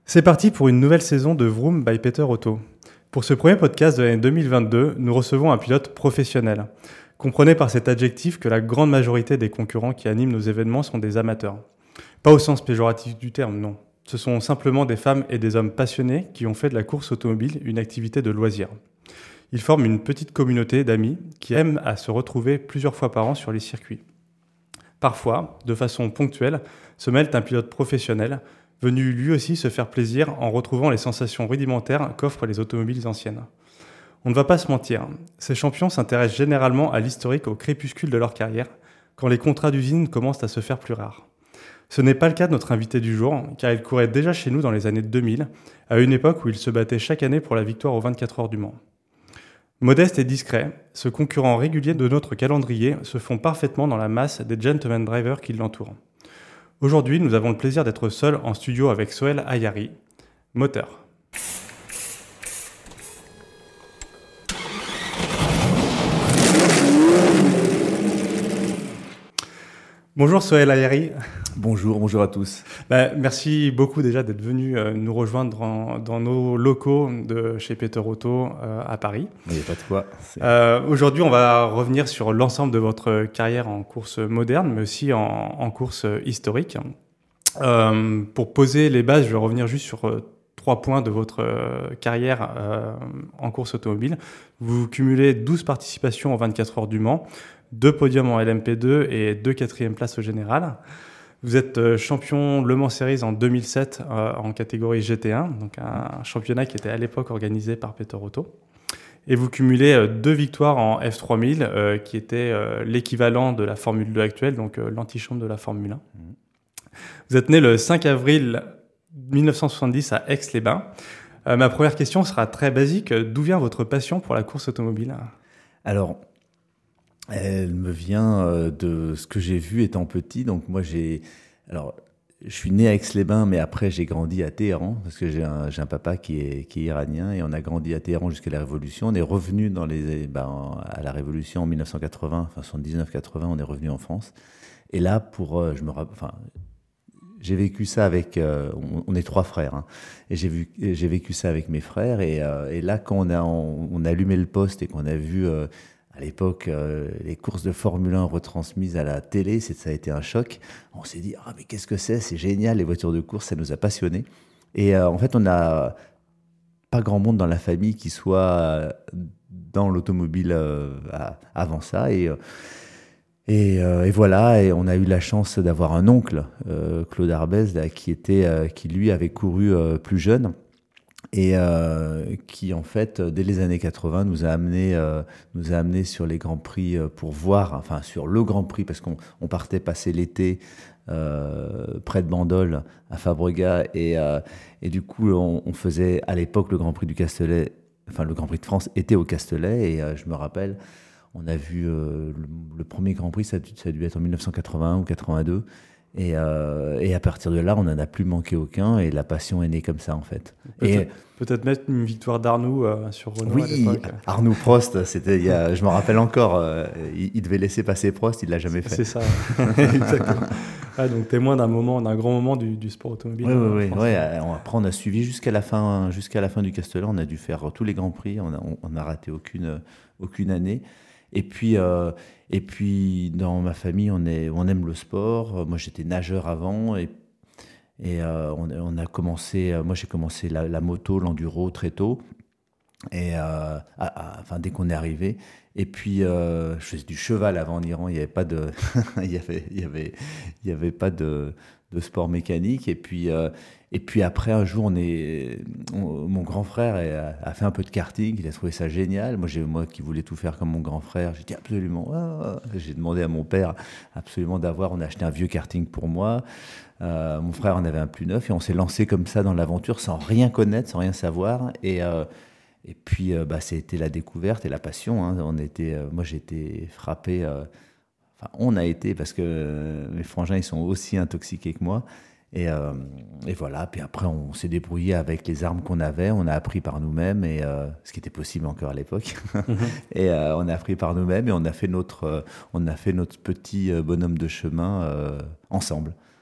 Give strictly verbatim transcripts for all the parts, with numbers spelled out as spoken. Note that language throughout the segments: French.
C'est parti pour une nouvelle saison de Vroom by Peter Otto. Pour ce premier podcast de l'année deux mille vingt-deux, nous recevons un pilote professionnel. Comprenez par cet adjectif que la grande majorité des concurrents qui animent nos événements sont des amateurs. Pas au sens péjoratif du terme, non. Ce sont simplement des femmes et des hommes passionnés qui ont fait de la course automobile une activité de loisir. Ils forment une petite communauté d'amis qui aiment à se retrouver plusieurs fois par an sur les circuits. Parfois, de façon ponctuelle, se mêle un pilote professionnel, venu lui aussi se faire plaisir en retrouvant les sensations rudimentaires qu'offrent les automobiles anciennes. On ne va pas se mentir, ces champions s'intéressent généralement à l'historique au crépuscule de leur carrière, quand les contrats d'usine commencent à se faire plus rares. Ce n'est pas le cas de notre invité du jour, car il courait déjà chez nous dans les années deux mille, à une époque où il se battait chaque année pour la victoire aux vingt-quatre heures du Mans. Modeste et discret, ce concurrent régulier de notre calendrier se fond parfaitement dans la masse des gentleman drivers qui l'entourent. Aujourd'hui, nous avons le plaisir d'être seuls en studio avec Sohail Ayari, moteur. Bonjour Sohail Ayari. Bonjour, bonjour à tous. Bah, merci beaucoup déjà d'être venu euh, nous rejoindre en, dans nos locaux de chez Peter Otto euh, à Paris. Il n'y a pas de quoi. Euh, aujourd'hui, on va revenir sur l'ensemble de votre carrière en course moderne, mais aussi en, en course historique. Euh, pour poser les bases, je vais revenir juste sur euh, trois points de votre euh, carrière euh, en course automobile. Vous cumulez douze participations aux vingt-quatre heures du Mans, deux podiums en L M P deux et deux quatrièmes places au général. Vous êtes euh, champion Le Mans Series en deux mille sept euh, en catégorie G T un, donc un, un championnat qui était à l'époque organisé par Peter Otto. Et vous cumulez euh, deux victoires en F trois mille, euh, qui était euh, l'équivalent de la Formule deux actuelle, donc euh, l'antichambre de la Formule un. Mmh. Vous êtes né le cinq avril dix-neuf cent soixante-dix à Aix-les-Bains. Euh, ma première question sera très basique. D'où vient votre passion pour la course automobile ? Alors, elle me vient de ce que j'ai vu étant petit. Donc moi, j'ai... Alors, je suis né à Aix-les-Bains, mais après, j'ai grandi à Téhéran, parce que j'ai un, j'ai un papa qui est, qui est iranien, et on a grandi à Téhéran jusqu'à la Révolution. On est revenu dans les, ben, à la Révolution en dix-neuf cent quatre-vingts, enfin soixante-dix-neuf quatre-vingts, on est revenu en France. Et là, pour... Je me rappelle... Enfin, j'ai vécu ça avec... Euh, on, on est trois frères, hein, et j'ai, vu, j'ai vécu ça avec mes frères. Et, euh, et là, quand on a, on, on a allumé le poste et qu'on a vu, euh, à l'époque, euh, les courses de Formule un retransmises à la télé, c'est, ça a été un choc. On s'est dit, ah, mais qu'est-ce que c'est ? C'est génial, les voitures de course, ça nous a passionnés. Et euh, en fait, on n'a pas grand monde dans la famille qui soit dans l'automobile euh, à, avant ça. Et... Euh, Et, euh, et voilà, et on a eu la chance d'avoir un oncle, euh, Claude Arbez, là, qui était, euh, qui lui avait couru euh, plus jeune et euh, qui en fait, dès les années quatre-vingts, nous a amené, euh, nous a amené sur les grands prix pour voir, enfin sur le Grand Prix, parce qu'on on partait passer l'été euh, près de Bandol à Fabregat, et, euh, et du coup, on, on faisait à l'époque le Grand Prix du Castellet, enfin le Grand Prix de France était au Castellet, et euh, je me rappelle. On a vu euh, le, le premier Grand Prix, ça, ça a dû être en dix-neuf cent quatre-vingt-un ou quatre-vingt-deux. Et, euh, et à partir de là, on n'en a plus manqué aucun. Et la passion est née comme ça, en fait. Peut-être, et, peut-être mettre une victoire d'Arnoux euh, sur Renault oui, à l'époque. Arnoux Prost, c'était, il y a, je me rappelle encore, euh, il, il devait laisser passer Prost, il ne l'a jamais fait. C'est ça, exactement. Ah, donc témoin d'un moment, d'un grand moment du, du sport automobile. Oui, oui, oui. Ouais, après, on a suivi jusqu'à la fin, jusqu'à la fin du Castellet. On a dû faire tous les Grands Prix. On n'a on, on a raté aucune, aucune année. Et puis, euh, et puis, dans ma famille, on, est, on aime le sport. Moi, j'étais nageur avant. Et, et euh, on, on a commencé... Moi, j'ai commencé la, la moto, l'enduro très tôt. Et, euh, à, à, enfin, dès qu'on est arrivé. Et puis, euh, je faisais du cheval avant en Iran. Il n'y avait pas de... il y avait, il y avait, il y avait pas de, de sport mécanique. Et puis... Euh, Et puis après, un jour, on est, on, mon grand frère a, a fait un peu de karting, il a trouvé ça génial. Moi, j'ai, moi qui voulais tout faire comme mon grand frère, j'ai dit absolument. Ah. J'ai demandé à mon père absolument d'avoir, on a acheté un vieux karting pour moi. Euh, mon frère en avait un plus neuf et on s'est lancé comme ça dans l'aventure sans rien connaître, sans rien savoir. Et, euh, et puis, euh, bah, c'était la découverte et la passion. Hein. On était, euh, moi, j'ai été frappé. Euh, enfin, on a été, parce que euh, mes frangins, ils sont aussi intoxiqués que moi. Et, euh, et voilà, puis après on s'est débrouillé avec les armes qu'on avait, on a appris par nous-mêmes, et, euh, ce qui était possible encore à l'époque. Mm-hmm. Et euh, on a appris par nous-mêmes et on a fait notre, euh, on a fait notre petit bonhomme de chemin euh, ensemble.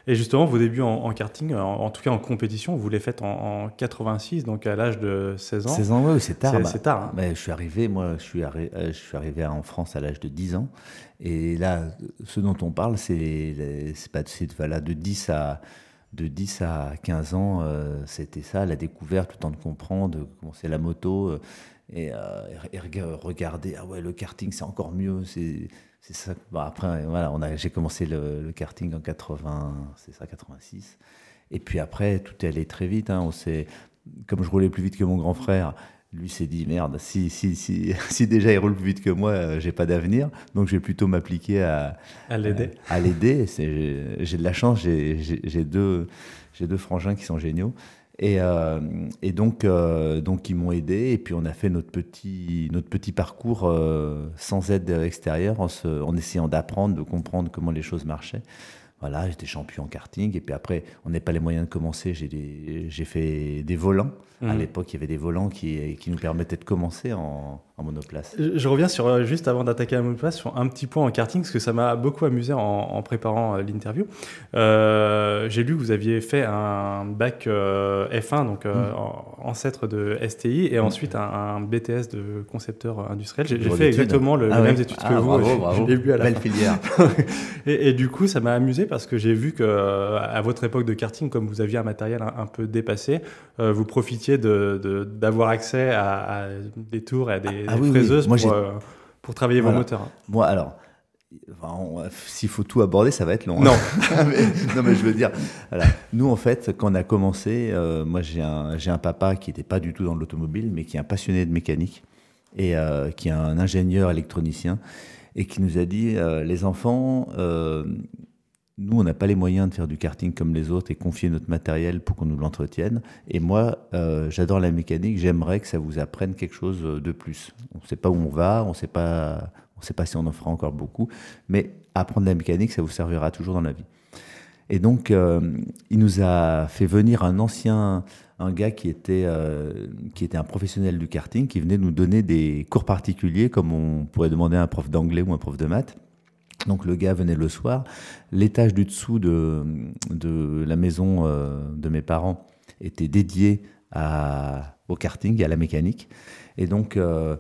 Et justement, vos débuts en, en karting, en, en tout cas en compétition, vous les faites en, en quatre-vingt-six, donc à l'âge de seize ans. seize ans, oui, c'est tard. C'est, bah, c'est tard. Hein. Bah, je suis arrivé, moi, je suis, arri- euh, je suis arrivé en France à l'âge de dix ans. Et là, ce dont on parle, c'est, les- c'est pas c'est, voilà, de dix à de dix à quinze ans, euh, c'était ça, la découverte, le temps de comprendre comment c'est la moto, euh, et, euh, et rega- regarder, ah ouais, le karting, c'est encore mieux, c'est, c'est ça. Bon, après, voilà, on a, j'ai commencé le, le karting en quatre-vingts, c'est ça, quatre-vingt-six. Et puis après, tout est allé très vite, hein, on s'est, comme je roulais plus vite que mon grand frère, lui s'est dit merde, si, si, si, si déjà il roule plus vite que moi, euh, j'ai pas d'avenir, donc je vais plutôt m'appliquer à, À l'aider. à, à l'aider. C'est, j'ai, j'ai de la chance, j'ai, j'ai, j'ai, deux, j'ai deux frangins qui sont géniaux. Et, euh, et donc, euh, donc ils m'ont aidé, et puis on a fait notre petit, notre petit parcours euh, sans aide extérieure, en, se, en essayant d'apprendre, de comprendre comment les choses marchaient. Voilà, j'étais champion en karting, et puis après, on n'avait pas les moyens de commencer, j'ai, des, j'ai fait des volants. Mmh. À l'époque, il y avait des volants qui, qui nous permettaient de commencer en, en monoplace. Je, je reviens sur, juste avant d'attaquer la monoplace, sur un petit point en karting, parce que ça m'a beaucoup amusé en, en préparant euh, l'interview. Euh, j'ai lu que vous aviez fait un bac euh, F un, donc euh, mmh. ancêtre de S T I, et mmh. ensuite un, un B T S de concepteur industriel. J'ai, j'ai fait exactement le, ah les ouais. mêmes études ah, que vous. Bravo, bravo. Je l'ai vu à la Belle fin. filière. et, et du coup, ça m'a amusé parce que j'ai vu que à votre époque de karting, comme vous aviez un matériel un, un peu dépassé, euh, vous profitiez de, de, d'avoir accès à, à des tours et à des, ah, des oui, fraiseuses oui. Moi, pour, euh, pour travailler voilà. vos moteurs. Moi, alors, enfin, on, s'il faut tout aborder, ça va être long. Non. Hein. mais, non, mais je veux dire, voilà. Nous, en fait, quand on a commencé, euh, moi, j'ai un, j'ai un papa qui n'était pas du tout dans l'automobile, mais qui est un passionné de mécanique et euh, qui est un ingénieur électronicien et qui nous a dit, euh, les enfants... Euh, nous, on n'a pas les moyens de faire du karting comme les autres et confier notre matériel pour qu'on nous l'entretienne. Et moi, euh, j'adore la mécanique, j'aimerais que ça vous apprenne quelque chose de plus. On ne sait pas où on va, on ne sait pas, on sait pas si on en fera encore beaucoup, mais apprendre la mécanique, ça vous servira toujours dans la vie. Et donc, euh, il nous a fait venir un ancien, un gars qui était, euh, qui était un professionnel du karting, qui venait nous donner des cours particuliers, comme on pourrait demander à un prof d'anglais ou un prof de maths. Donc le gars venait le soir. L'étage du dessous de, de la maison euh, de mes parents était dédié à, au karting et à la mécanique. Et donc euh,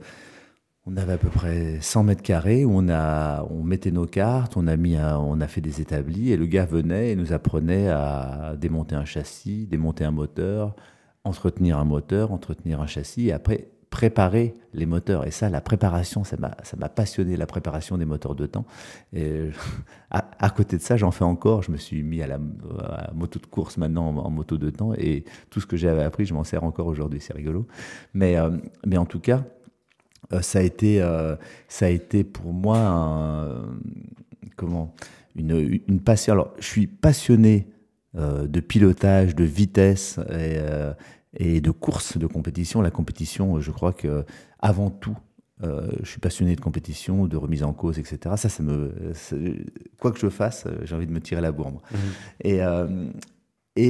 on avait à peu près cent mètres carrés où on, a, on mettait nos cartes, on a, mis un, on a fait des établis et le gars venait et nous apprenait à démonter un châssis, démonter un moteur, entretenir un moteur, entretenir un châssis et après préparer les moteurs. Et ça, la préparation, ça m'a, ça m'a passionné, la préparation des moteurs de temps. Et à, à côté de ça, j'en fais encore. Je me suis mis à la, à la moto de course maintenant en, en moto de temps. Et tout ce que j'avais appris, je m'en sers encore aujourd'hui. C'est rigolo. Mais, euh, mais en tout cas, euh, ça, a été, euh, ça a été pour moi un, comment, une, une passion. Alors, je suis passionné euh, de pilotage, de vitesse et... Euh, et de course, de compétition. La compétition, je crois que avant tout, euh, je suis passionné de compétition, de remise en cause, et cetera. Ça, ça me, ça, quoi que je fasse, j'ai envie de me tirer la bourre. Mmh. Et, euh, et,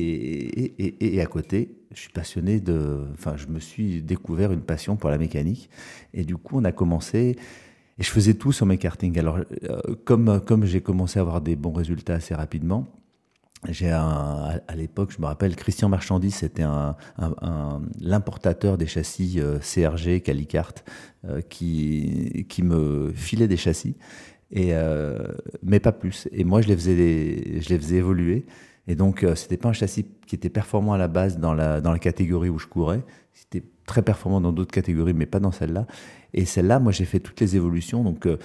et, et, et à côté, je suis passionné de... Enfin, je me suis découvert une passion pour la mécanique. Et du coup, on a commencé... Et je faisais tout sur mes kartings. Alors, euh, comme, comme j'ai commencé à avoir des bons résultats assez rapidement, j'ai un, à l'époque, je me rappelle, Christian Marchandis, c'était un, un, un, l'importateur des châssis euh, C R G, Calicart, euh, qui, qui me filait des châssis, et, euh, mais pas plus. Et moi, je les faisais, je les faisais évoluer. Et donc, euh, c'était pas un châssis qui était performant à la base dans la, dans la catégorie où je courais. C'était très performant dans d'autres catégories, mais pas dans celle-là. Et celle-là, moi, j'ai fait toutes les évolutions. Donc, euh,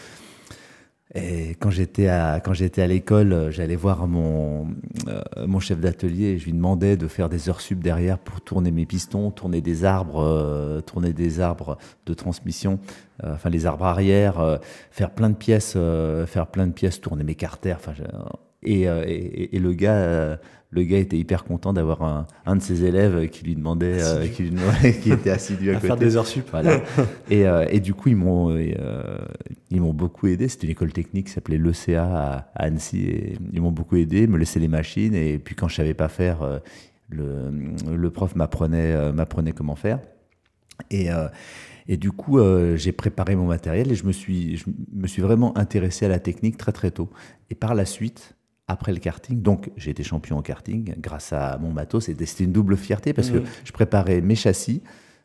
Et quand j'étais à quand j'étais à l'école, j'allais voir mon euh, mon chef d'atelier et je lui demandais de faire des heures sup derrière pour tourner mes pistons, tourner des arbres, euh, tourner des arbres de transmission, euh, enfin les arbres arrière, euh, faire plein de pièces, euh, faire plein de pièces, tourner mes carters, enfin et, euh, et et le gars euh, le gars était hyper content d'avoir un, un de ses élèves qui lui demandait, euh, qui, lui demandait qui était assidu à, à côté. Faire des heures sup. Voilà. et, euh, et du coup, ils m'ont, euh, ils m'ont beaucoup aidé. C'était une école technique qui s'appelait l'E C A à, à Annecy. Et ils m'ont beaucoup aidé, me laissaient les machines. Et puis quand je savais pas faire, euh, le, le prof m'apprenait, euh, m'apprenait comment faire. Et, euh, et du coup, euh, j'ai préparé mon matériel et je me suis, je me suis vraiment intéressé à la technique très très tôt. Et par la suite, après le karting. Donc, j'ai été champion en karting grâce à mon matos. C'était, c'était une double fierté parce Mmh. que je préparais mes châssis,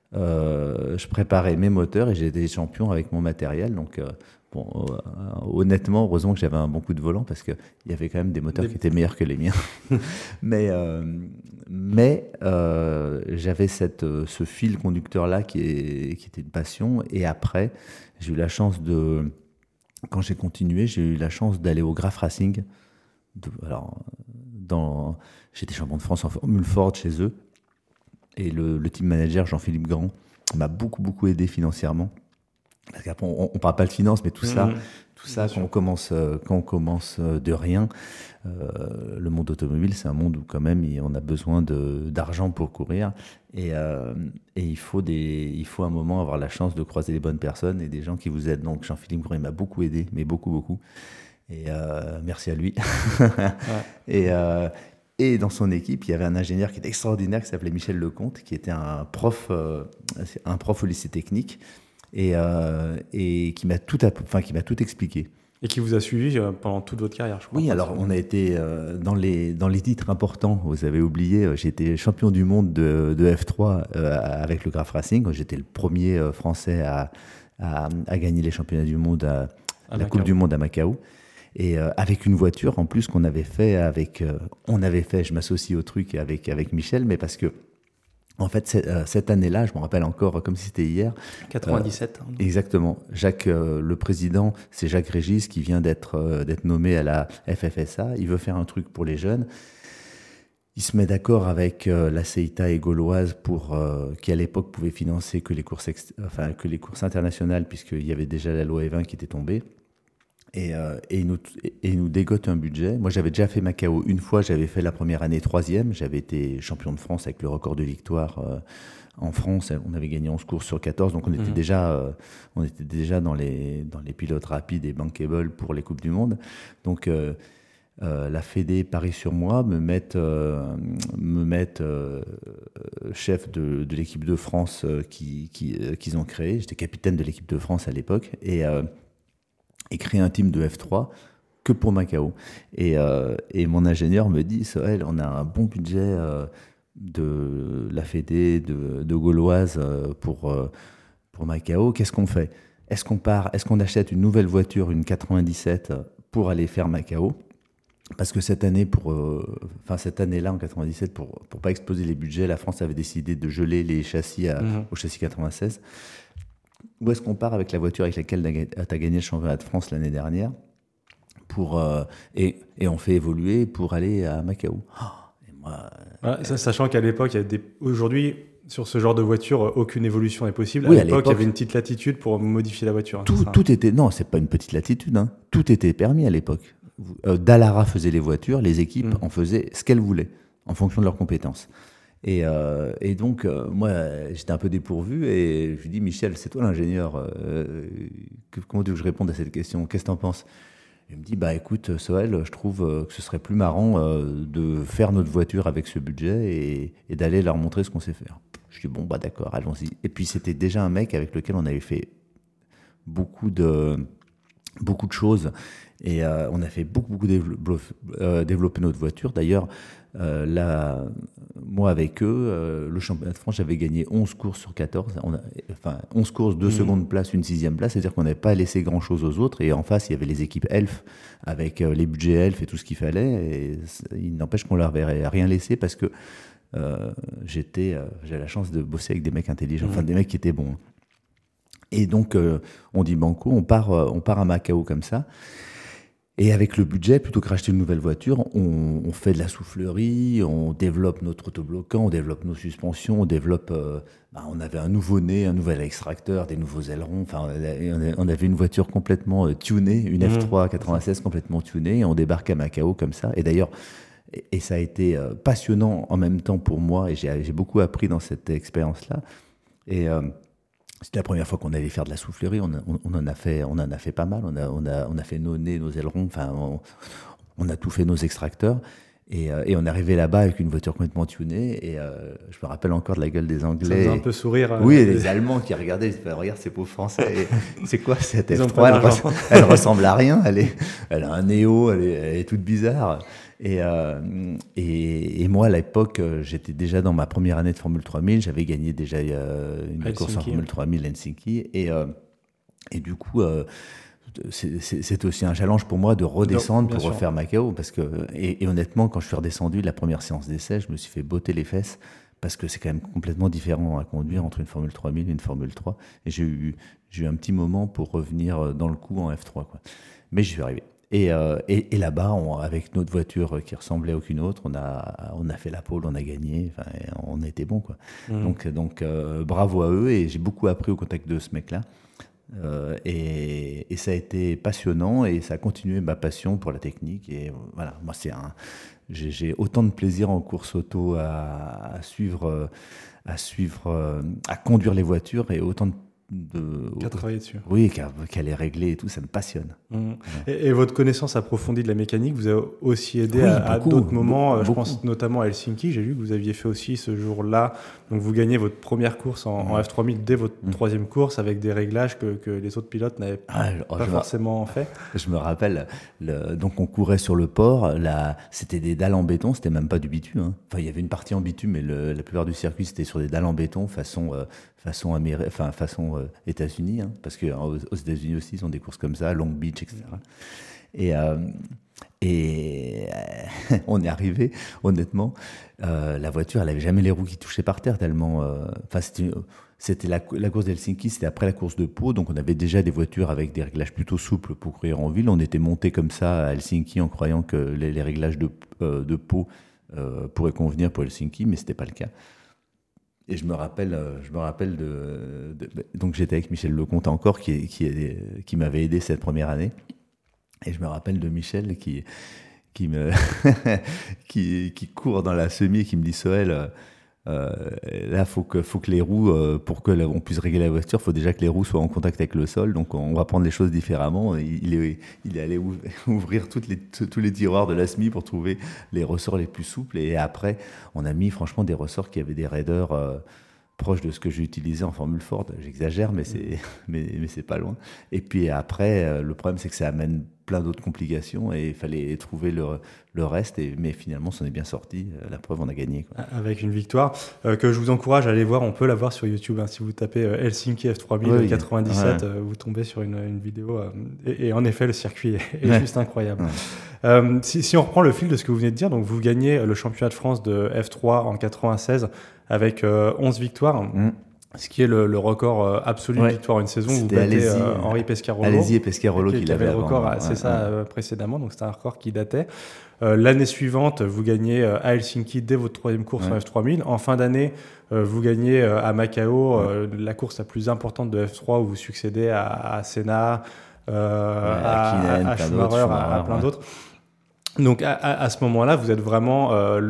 euh, je préparais mes moteurs et j'ai été champion avec mon matériel. Donc, euh, bon, euh, honnêtement, heureusement que j'avais un bon coup de volant parce qu'il y avait quand même des moteurs Des- qui étaient meilleurs que les miens. mais euh, mais euh, j'avais cette, euh, ce fil conducteur-là qui, est, qui était une passion. Et après, j'ai eu la chance de... Quand j'ai continué, j'ai eu la chance d'aller au Graf Racing. De- alors, dans, j'étais champion de France en Formule Ford chez eux. Et le, le team manager, Jean-Philippe Grand, m'a beaucoup, beaucoup aidé financièrement. Parce qu'après, on ne parle pas de finance, mais tout ça, Mmh. tout ça Bien quand, on sûr. commence, euh, quand on commence euh, de rien, euh, le monde automobile, c'est un monde où quand même il- on a besoin de, d'argent pour courir. Et, euh, et il, faut des, il faut un moment avoir la chance de croiser les bonnes personnes et des gens qui vous aident. Donc Jean-Philippe Grand, il m'a beaucoup aidé, mais beaucoup, beaucoup. Et euh, merci à lui. Ouais. et, euh, et dans son équipe, il y avait un ingénieur qui était extraordinaire, qui s'appelait Michel Lecomte, qui était un prof, euh, un prof au lycée technique, et, euh, et qui m'a tout, app- enfin, qui m'a tout expliqué. Et qui vous a suivi euh, pendant toute votre carrière, je crois. Oui, Enfin, alors c'est- on a été euh, dans, les, dans les titres importants, vous avez oublié, euh, j'ai été champion du monde de, de F trois euh, avec le Graf Racing. J'étais le premier euh, Français à, à, à gagner les championnats du monde, à, à la Macao. Coupe du Monde à Macao. Et euh, avec une voiture en plus qu'on avait fait avec, euh, on avait fait, je m'associe au truc avec, avec Michel, mais parce que en fait c'est- euh, cette année-là, je me rappelle encore comme si c'était hier. quatre-vingt-dix-sept. hein. Exactement. Jacques, euh, le président, c'est Jacques Régis qui vient d'être euh, d'être nommé à la F F S A. Il veut faire un truc pour les jeunes. Il se met d'accord avec euh, la CEITA et Gauloise pour euh, qui à l'époque pouvait financer que les courses, ex- enfin que les courses internationales puisqu'il y avait déjà la loi E vingt qui était tombée. Et, euh, et, il nous, et il nous dégote un budget. Moi, j'avais déjà fait Macao une fois. J'avais fait la première année troisième. J'avais été champion de France avec le record de victoire euh, en France. On avait gagné onze courses sur quatorze. Donc, on était Mhm. déjà, euh, on était déjà dans les, dans les pilotes rapides et bankable pour les Coupes du Monde. Donc, euh, euh, la Fédé parie sur moi, me mettent, euh, me mettent euh, chef de, de l'équipe de France euh, qui, qui, euh, qu'ils ont créée. J'étais capitaine de l'équipe de France à l'époque. Et... Euh, et créer un team de F trois que pour Macao. Et, euh, et mon ingénieur me dit, Sohail, on a un bon budget euh, de la Fédé, de, de Gauloise euh, pour, euh, pour Macao. Qu'est-ce qu'on fait? Est-ce qu'on part, est-ce qu'on achète une nouvelle voiture, une quatre-vingt-dix-sept, pour aller faire Macao? Parce que cette année, pour, euh, enfin cette année-là, en quatre-vingt-dix-sept, pour pour pas exploser les budgets, la France avait décidé de geler les châssis à, Mhm. au châssis quatre-vingt-seize. Où est-ce qu'on part avec la voiture avec laquelle tu as gagné le championnat de France l'année dernière pour, euh, et, et on fait évoluer pour aller à Macao. Oh, et moi, Voilà, ça, sachant qu'à l'époque, il y a des... aujourd'hui, sur ce genre de voiture, euh, aucune évolution n'est possible. Oui, à à l'époque, il y l'époque- avait une petite latitude pour modifier la voiture. hein, tout, c'est ça tout était. Non, c'est pas une petite latitude. Hein. Tout était permis à l'époque. Euh, Dallara faisait les voitures, les équipes Mm. en faisaient ce qu'elles voulaient en fonction de leurs compétences. Et, euh, et donc, euh, moi, j'étais un peu dépourvu et je lui dis, Michel, c'est toi l'ingénieur. euh, que- comment tu veux que je réponde à cette question? Qu'est-ce que tu en penses? Il me dit, bah écoute, Sohail, je trouve euh, que ce serait plus marrant euh, de faire notre voiture avec ce budget et, et d'aller leur montrer ce qu'on sait faire. Je dis, bon, bah d'accord, allons-y. Et puis, c'était déjà un mec avec lequel on avait fait beaucoup de, beaucoup de choses. Et euh, on a fait beaucoup, beaucoup développer, euh, développer notre voiture. D'ailleurs, euh, là, moi avec eux, euh, le championnat de France, j'avais gagné onze courses sur quatorze. On a, enfin, onze courses, deux Mhm. secondes place, une sixième place. C'est-à-dire qu'on n'avait pas laissé grand-chose aux autres. Et en face, il y avait les équipes Elf, avec euh, les budgets Elf et tout ce qu'il fallait. Et il n'empêche qu'on leur avait rien laissé parce que euh, j'étais, euh, j'avais la chance de bosser avec des mecs intelligents, Mhm. enfin des mecs qui étaient bons. Et donc, euh, on dit banco, on part, euh, on part à Macao comme ça. Et avec le budget, plutôt que racheter une nouvelle voiture, on, on fait de la soufflerie, on développe notre autobloquant, on développe nos suspensions, on développe... euh, bah, on avait un nouveau nez, un nouvel extracteur, des nouveaux ailerons. Enfin, on avait une voiture complètement euh, tunée, une Mhm. F trois quatre-vingt-seize complètement tunée, et on débarque à Macao comme ça. Et d'ailleurs, et, et ça a été euh, passionnant en même temps pour moi, et j'ai j'ai beaucoup appris dans cette expérience-là. Et... Euh, c'était la première fois qu'on allait faire de la soufflerie. On, a- on, on en a fait, on en a fait pas mal. On a, on a, on a fait nos nez, nos ailerons. Enfin, on, on a tout fait, nos extracteurs. Et, euh, et on est arrivé là-bas avec une voiture complètement tunée. Et euh, je me rappelle encore de la gueule des Anglais. Ça faisait un peu sourire. Euh, oui, et les Allemands qui regardaient, ils disaient, regarde ces pauvres Français. C'est quoi cette Ils F trois? ont Elle, pas res- elle ressemble à rien. Elle, est, elle a un néo, elle est, elle est toute bizarre. Et, euh, et, et moi, à l'époque, j'étais déjà dans ma première année de Formule trois mille. J'avais gagné déjà euh, une Helsinki, course en Formule trois mille à Helsinki. Et, euh, et du coup, euh, c'est, c'est, c'est aussi un challenge pour moi de redescendre Bien pour sûr. refaire Macao. Parce que, et, et honnêtement, quand je suis redescendu, la première séance d'essai, je me suis fait botter les fesses. Parce que c'est quand même complètement différent à conduire entre une Formule trois mille et une Formule trois. Et j'ai eu, j'ai eu un petit moment pour revenir dans le coup en F trois, quoi. Mais j'y suis arrivé. Et, euh, et, et là-bas, on, avec notre voiture qui ressemblait à aucune autre, on a, on a fait la pole, on a gagné, enfin, on était bon, quoi. Mmh. Donc, donc euh, bravo à eux, et j'ai beaucoup appris au contact de ce mec-là. Euh, et, et ça a été passionnant, et ça a continué ma passion pour la technique. Et voilà, moi, c'est un, j'ai, j'ai autant de plaisir en course auto à, à suivre, à suivre, à conduire les voitures, et autant de De, Qu'à travailler dessus. Oui, qu'à, qu'à les régler et tout, ça me passionne. Mmh. Ouais. Et, et votre connaissance approfondie de la mécanique vous a aussi aidé oui, à, beaucoup, à d'autres moments. Beaucoup, je pense notamment à Helsinki. J'ai lu que vous aviez fait aussi ce jour-là. Donc vous gagnez votre première course en, mmh. en F trois mille dès votre mmh. troisième course avec des réglages que, que les autres pilotes n'avaient ah, alors, pas forcément me... fait. Je me rappelle, le, donc on courait sur le port. Là, c'était des dalles en béton, c'était même pas du bitume. Hein. Enfin, il y avait une partie en bitume, mais le, la plupart du circuit c'était sur des dalles en béton façon. Euh, façon, Améri- enfin, façon euh, États-Unis, hein, parce qu'aux aux États-Unis aussi, ils ont des courses comme ça, Long Beach, et cetera. Et, euh, et euh, on est arrivé, honnêtement, euh, la voiture, elle n'avait jamais les roues qui touchaient par terre, tellement... Enfin, euh, c'était, c'était la, la course d'Helsinki, c'était après la course de Pau, donc on avait déjà des voitures avec des réglages plutôt souples pour courir en ville. On était monté comme ça à Helsinki en croyant que les, les réglages de, euh, de Pau euh, pourraient convenir pour Helsinki, mais ce n'était pas le cas. Et je me rappelle, je me rappelle de, de, de donc j'étais avec Michel Lecomte encore qui, qui, qui m'avait aidé cette première année. Et je me rappelle de Michel qui, qui me, qui, qui court dans la semi et qui me dit Soël, euh, là faut que, faut que les roues, euh, pour que on puisse régler la voiture, faut déjà que les roues soient en contact avec le sol. Donc on va prendre les choses différemment. Il est, il est allé ouvrir toutes les, tous les tiroirs de la semi pour trouver les ressorts les plus souples. Et après, on a mis franchement des ressorts qui avaient des raideurs euh, proches de ce que j'ai utilisé en Formule Ford. J'exagère, mais c'est, mais, mais c'est pas loin. Et puis après, euh, le problème, c'est que ça amène plein d'autres complications et il fallait trouver le, le reste. Et, mais finalement, ça en est bien sorti. La preuve, on a gagné, quoi. Avec une victoire euh, que je vous encourage à aller voir. On peut la voir sur YouTube. Hein, si vous tapez euh, Helsinki F trois mille oui, quatre-vingt-dix-sept, ouais. euh, vous tombez sur une, une vidéo. Euh, et, et en effet, le circuit est, est ouais. juste incroyable. Ouais. Euh, si, si on reprend le fil de ce que vous venez de dire, donc vous gagnez le championnat de France de F trois en quatre-vingt-seize avec euh, onze victoires. Mm. Ce qui est le, le record euh, absolu ouais. de victoire une saison. C'était vous battez euh, Henri Pescarolo. Allez-y et Pescarolo qui, qui l'avait avait le record, avant, c'est ouais, ça, ouais. Euh, précédemment. Donc c'était un record qui datait. Euh, l'année suivante, vous gagnez euh, à Helsinki dès votre troisième course ouais. en F trois mille. En fin d'année, euh, vous gagnez euh, à Macao euh, ouais. la course la plus importante de F trois où vous succédez à, à Senna, euh, ouais, à, à, Kinen, à, à Schumacher, à, à plein ouais. d'autres. Donc à, à, à ce moment-là, vous êtes vraiment euh,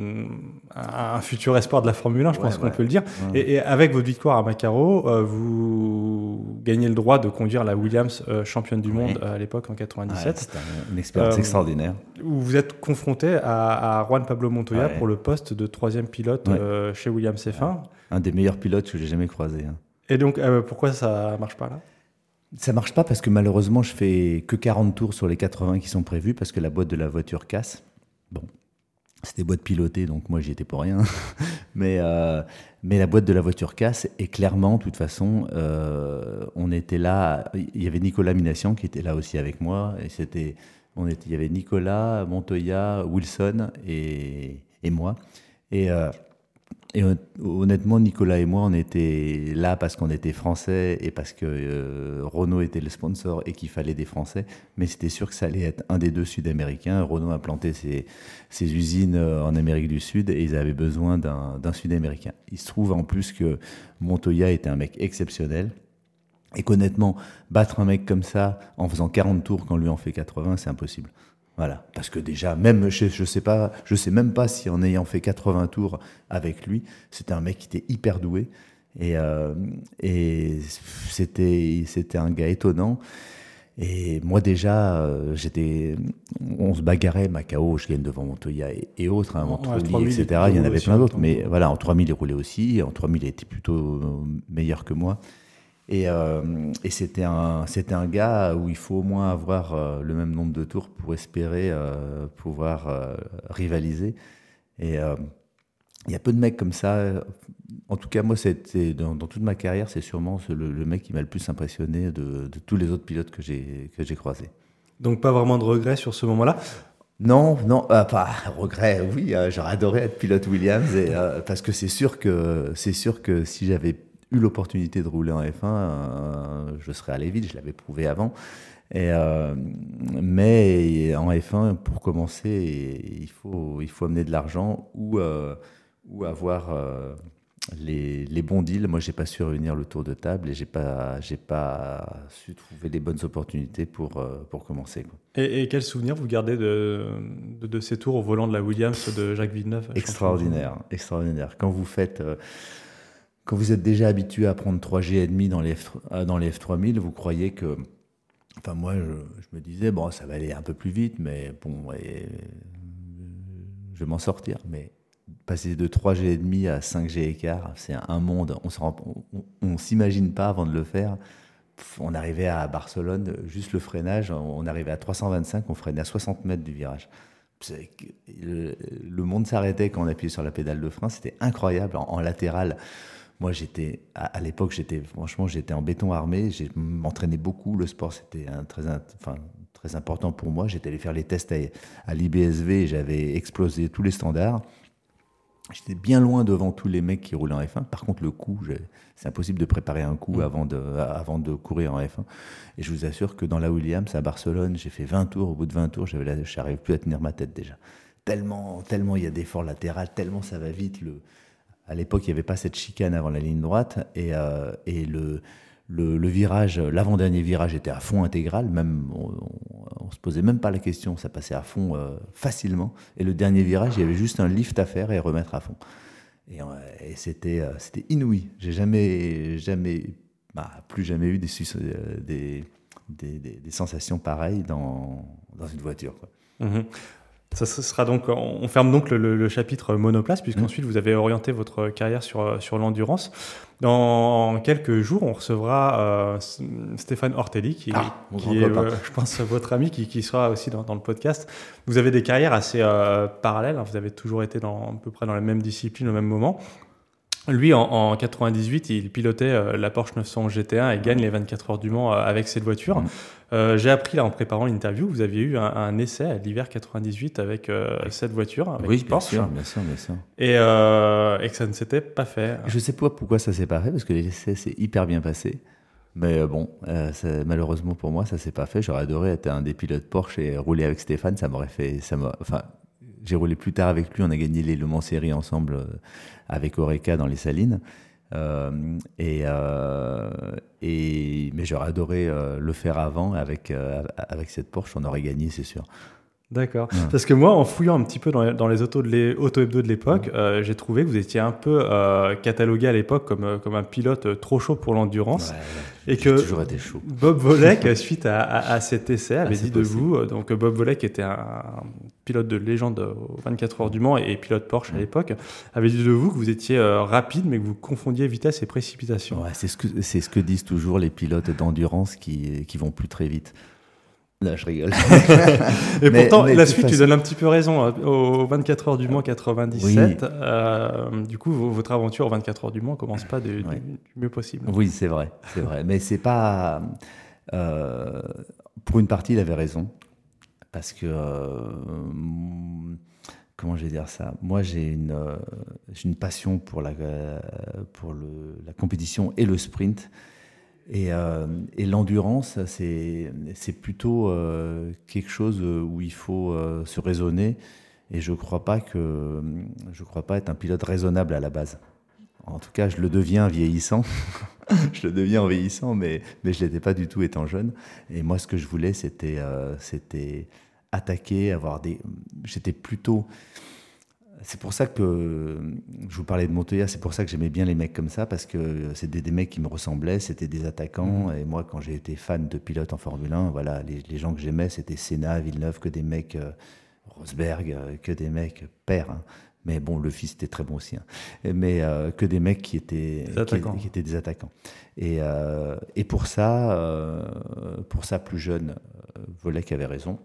un futur espoir de la Formule un, je ouais, pense ouais. qu'on peut le dire. Ouais. Et, et avec votre victoire à Macao, euh, vous gagnez le droit de conduire la Williams euh, championne du monde ouais. à l'époque en quatre-vingt-dix-sept. Ouais, c'était une expérience euh, extraordinaire. Où vous êtes confronté à, à Juan Pablo Montoya ouais. pour le poste de troisième pilote ouais. euh, chez Williams F un. Ouais. Un des meilleurs pilotes que j'ai jamais croisé. Hein. Et donc, euh, pourquoi ça marche pas là ? Ça marche pas parce que malheureusement, je fais que quarante tours sur les quatre-vingts qui sont prévus parce que la boîte de la voiture casse. Bon, c'était boîte pilotée, donc moi, j'y étais pour rien. mais, euh, mais la boîte de la voiture casse et clairement, de toute façon, euh, on était là. Il y avait Nicolas Minassian qui était là aussi avec moi. Et c'était, on était, il y avait Nicolas, Montoya, Wilson et, et moi. Et... Euh, Et honnêtement, Nicolas et moi, on était là parce qu'on était français et parce que euh, Renault était le sponsor et qu'il fallait des Français. Mais c'était sûr que ça allait être un des deux Sud-Américains. Renault a planté ses, ses usines en Amérique du Sud et ils avaient besoin d'un, d'un Sud-Américain. Il se trouve en plus que Montoya était un mec exceptionnel. Et qu'honnêtement, battre un mec comme ça en faisant quarante tours quand lui en fait quatre-vingts, c'est impossible. Voilà, parce que déjà, même je, je sais pas, je sais même pas si en ayant fait quatre-vingts tours avec lui, c'était un mec qui était hyper doué et, euh, et c'était, c'était un gars étonnant. Et moi déjà, euh, j'étais, on se bagarrait, Macao, je gagne devant Montoya et, et autres, hein, En- entre en Lee, trois mille, et cetera. Il y en avait aussi, plein en d'autres, temps. mais voilà, en trois mille, il roulait aussi. En trois mille, il était plutôt euh, meilleur que moi. Et, euh, et c'était un, c'était un gars où il faut au moins avoir euh, le même nombre de tours pour espérer euh, pouvoir euh, rivaliser. Et euh, il y a peu de mecs comme ça. En tout cas, moi, c'était, dans, dans toute ma carrière, c'est sûrement ce- le, le mec qui m'a le plus impressionné de, de tous les autres pilotes que j'ai, que j'ai croisés. Donc pas vraiment de regrets sur ce moment-là. Non, non, euh, pas regret. Oui, euh, j'aurais adoré être pilote Williams et, euh, parce que c'est sûr que c'est sûr que si j'avais eu l'opportunité de rouler en F un, euh, je serais allé vite. Je l'avais prouvé avant. Et euh, mais en F un, pour commencer, il faut il faut amener de l'argent ou euh, ou avoir euh, les, les bons deals. Moi, j'ai pas su réunir le tour de table et j'ai pas j'ai pas su trouver les bonnes opportunités pour euh, pour commencer, quoi. Et, et quel souvenir vous gardez de, de, de ces tours au volant de la Williams de Jacques Villeneuve? Extraordinaire, extraordinaire. Quand vous faites, euh, quand vous êtes déjà habitué à prendre trois G et demi dans les F, euh, dans les F trois mille, vous croyez que, enfin moi, je, je me disais bon, ça va aller un peu plus vite, mais bon, et, je vais m'en sortir. Mais passer de trois G et demi à cinq G et quart, c'est un monde. On se rend- on, on s'imagine pas avant de le faire. Pff, On arrivait à Barcelone, juste le freinage, on arrivait à trois cent vingt-cinq, on freinait à soixante mètres du virage. C'est que Le, le monde s'arrêtait quand on appuyait sur la pédale de frein, c'était incroyable. En, en latéral, moi j'étais, à, à l'époque, j'étais, franchement, j'étais en béton armé, je m'entraînais beaucoup, le sport c'était un, très, un- enfin, très important pour moi. J'étais allé faire les tests à, à l'I B S V et j'avais explosé tous les standards. J'étais bien loin devant tous les mecs qui roulaient en F un. Par contre, le coup, j'ai- c'est impossible de préparer un coup Mmh. avant de, avant de courir en F un. Et je vous assure que dans la Williams, à Barcelone, j'ai fait vingt tours. Au bout de vingt tours, j'avais la- je n'arrive plus à tenir ma tête déjà. Tellement, tellement il y a d'efforts latéraux, tellement ça va vite. Le, à l'époque, il n'y avait pas cette chicane avant la ligne droite. Et, euh, et le, le, le virage, l'avant-dernier virage était à fond intégral. Même, on ne se posait même pas la question. Ça passait à fond euh, facilement. Et le dernier virage, il y avait juste un lift à faire et remettre à fond. Et, euh, et c'était, euh, c'était inouï. J'ai jamais, jamais, bah, plus jamais eu des, sus- euh, des, des, des, des sensations pareilles dans, dans une voiture, quoi. Mmh. Ça ce sera donc, on ferme donc le, le- le chapitre monoplace, puisqu'ensuite vous avez orienté votre carrière sur, sur l'endurance. Dans quelques jours, on recevra euh, S- Stéphane Ortelli, qui, Ah, mon qui grand est, copain. euh, je pense, votre ami, qui, qui sera aussi dans, dans le podcast. Vous avez des carrières assez euh, parallèles, hein. Vous avez toujours été dans, à peu près dans la même discipline au même moment. Lui, en, en quatre-vingt-dix-huit, il pilotait euh, la Porsche neuf cent G T un et gagne les vingt-quatre heures du Mans euh, avec cette voiture. Mm. Euh, j'ai appris là en préparant l'interview, vous aviez eu un, un essai à l'hiver quatre-vingt-dix-huit avec euh, cette voiture, avec Oui, bien Porsche, sûr, bien sûr, bien sûr. et, euh, et que ça ne s'était pas fait. Je sais pas pourquoi ça s'est pas fait, parce que l'essai s'est hyper bien passé. Mais euh, bon, euh, ça- malheureusement pour moi, ça s'est pas fait. J'aurais adoré être un des pilotes Porsche et rouler avec Stéphane. Ça m'aurait fait, ça m'a, enfin, j'ai roulé plus tard avec lui. On a gagné les Le Mans Série ensemble euh, avec Oreca dans les Salines. Euh, et, euh, et mais j'aurais adoré euh, le faire avant avec euh, avec cette Porsche. On aurait gagné, c'est sûr. D'accord. Ouais. Parce que moi, en fouillant un petit peu dans les, dans les autos de l'é- auto-hebdo de l'époque, euh, j'ai trouvé que vous étiez un peu euh, catalogué à l'époque comme, euh, comme un pilote euh, trop chaud pour l'endurance. Ouais, ouais. Et J'ai que toujours été chaud. Bob Volek, suite à, à- à cet essai, avait Ah, c'est dit de possible. vous, euh, donc euh, Bob Volek était un, un pilote de légende aux vingt-quatre heures du Mans et, et pilote Porsche à Mm. l'époque, avait dit de vous que vous étiez euh, rapide mais que vous confondiez vitesse et précipitation. Ouais, c'est ce que c'est ce que disent toujours les pilotes d'endurance qui qui vont plus très vite. Là, je rigole. Et Mais- pourtant, mais la de toute suite, tu façon- donnes un petit peu raison. hein. Aux vingt-quatre heures du Mans quatre-vingt-dix-sept, euh, du coup, vo- votre aventure aux vingt-quatre heures du Mans commence pas du, du- Ouais. du mieux possible. Oui, c'est vrai, c'est vrai. Mais c'est pas. euh, pour une partie, il avait raison. Parce que. euh, comment je vais dire ça? Moi, j'ai une, euh, j'ai une passion pour, la, euh, pour le, la compétition et le sprint. Et, euh, et l'endurance, c'est, c'est plutôt euh, quelque chose où il faut euh, se raisonner. Et je ne crois pas que je crois pas être un pilote raisonnable à la base. En tout cas, je le deviens en vieillissant. je le deviens en vieillissant, mais, mais je ne l'étais pas du tout étant jeune. Et moi, ce que je voulais, c'était, euh, c'était attaquer, avoir des. J'étais plutôt. C'est pour ça que je vous parlais de Montoya, c'est pour ça que j'aimais bien les mecs comme ça, parce que c'était des mecs qui me ressemblaient, c'était des attaquants. Mmh. Et moi, quand j'ai été fan de pilotes en Formule un, voilà, les, les gens que j'aimais, c'était Senna, Villeneuve, que des mecs, euh, Rosberg, euh, que des mecs pères. Hein. Mais bon, le fils était très bon aussi. Hein. Mais euh, que des mecs qui étaient des attaquants. Qui, qui étaient des attaquants. Et, euh, et pour ça, euh, pour ça, plus jeune, euh, Volek avait raison.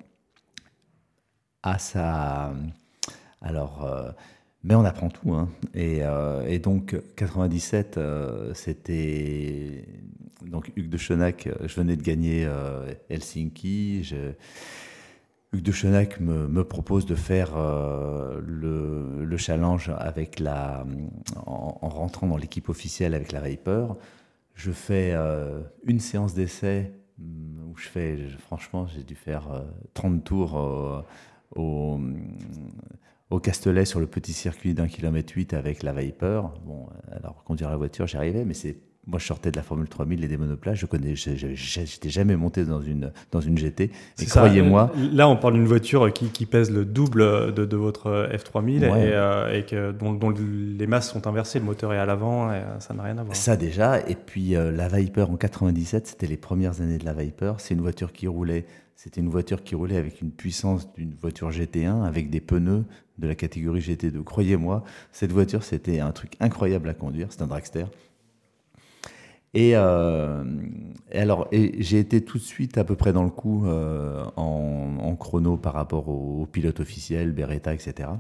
À sa... Alors, euh, mais on apprend tout. Hein. Et, euh, et donc, quatre-vingt-dix-sept, euh, c'était... Donc, Hugues de Schoenack, je venais de gagner euh, Helsinki. Je... Hugues de Schoenack me, me propose de faire euh, le, le challenge avec la, en, en rentrant dans l'équipe officielle avec la Viper. Je fais euh, une séance d'essai où je fais, je, franchement, j'ai dû faire euh, trente tours euh, au, au Castellet sur le petit circuit d'un kilomètre huit avec la Viper. Bon, alors conduire la voiture, j'y arrivais, mais c'est moi, je sortais de la Formule trois mille et des monoplaces. Je connais, j'étais jamais monté dans une dans une G T. Et croyez-moi, là, on parle d'une voiture qui, qui pèse le double de, de votre F trois mille ouais. et, euh, et que dont, dont les masses sont inversées. Le moteur est à l'avant, et ça n'a rien à voir. Ça déjà. Et puis euh, la Viper en quatre-vingt-dix-sept, c'était les premières années de la Viper. C'est une voiture qui roulait. C'était une voiture qui roulait avec une puissance d'une voiture G T un, avec des pneus de la catégorie G T deux. Croyez-moi, cette voiture, c'était un truc incroyable à conduire. C'est un dragster. Et, euh, et alors, et j'ai été tout de suite à peu près dans le coup euh, en, en chrono par rapport aux, aux pilotes officiels, Beretta, et cetera.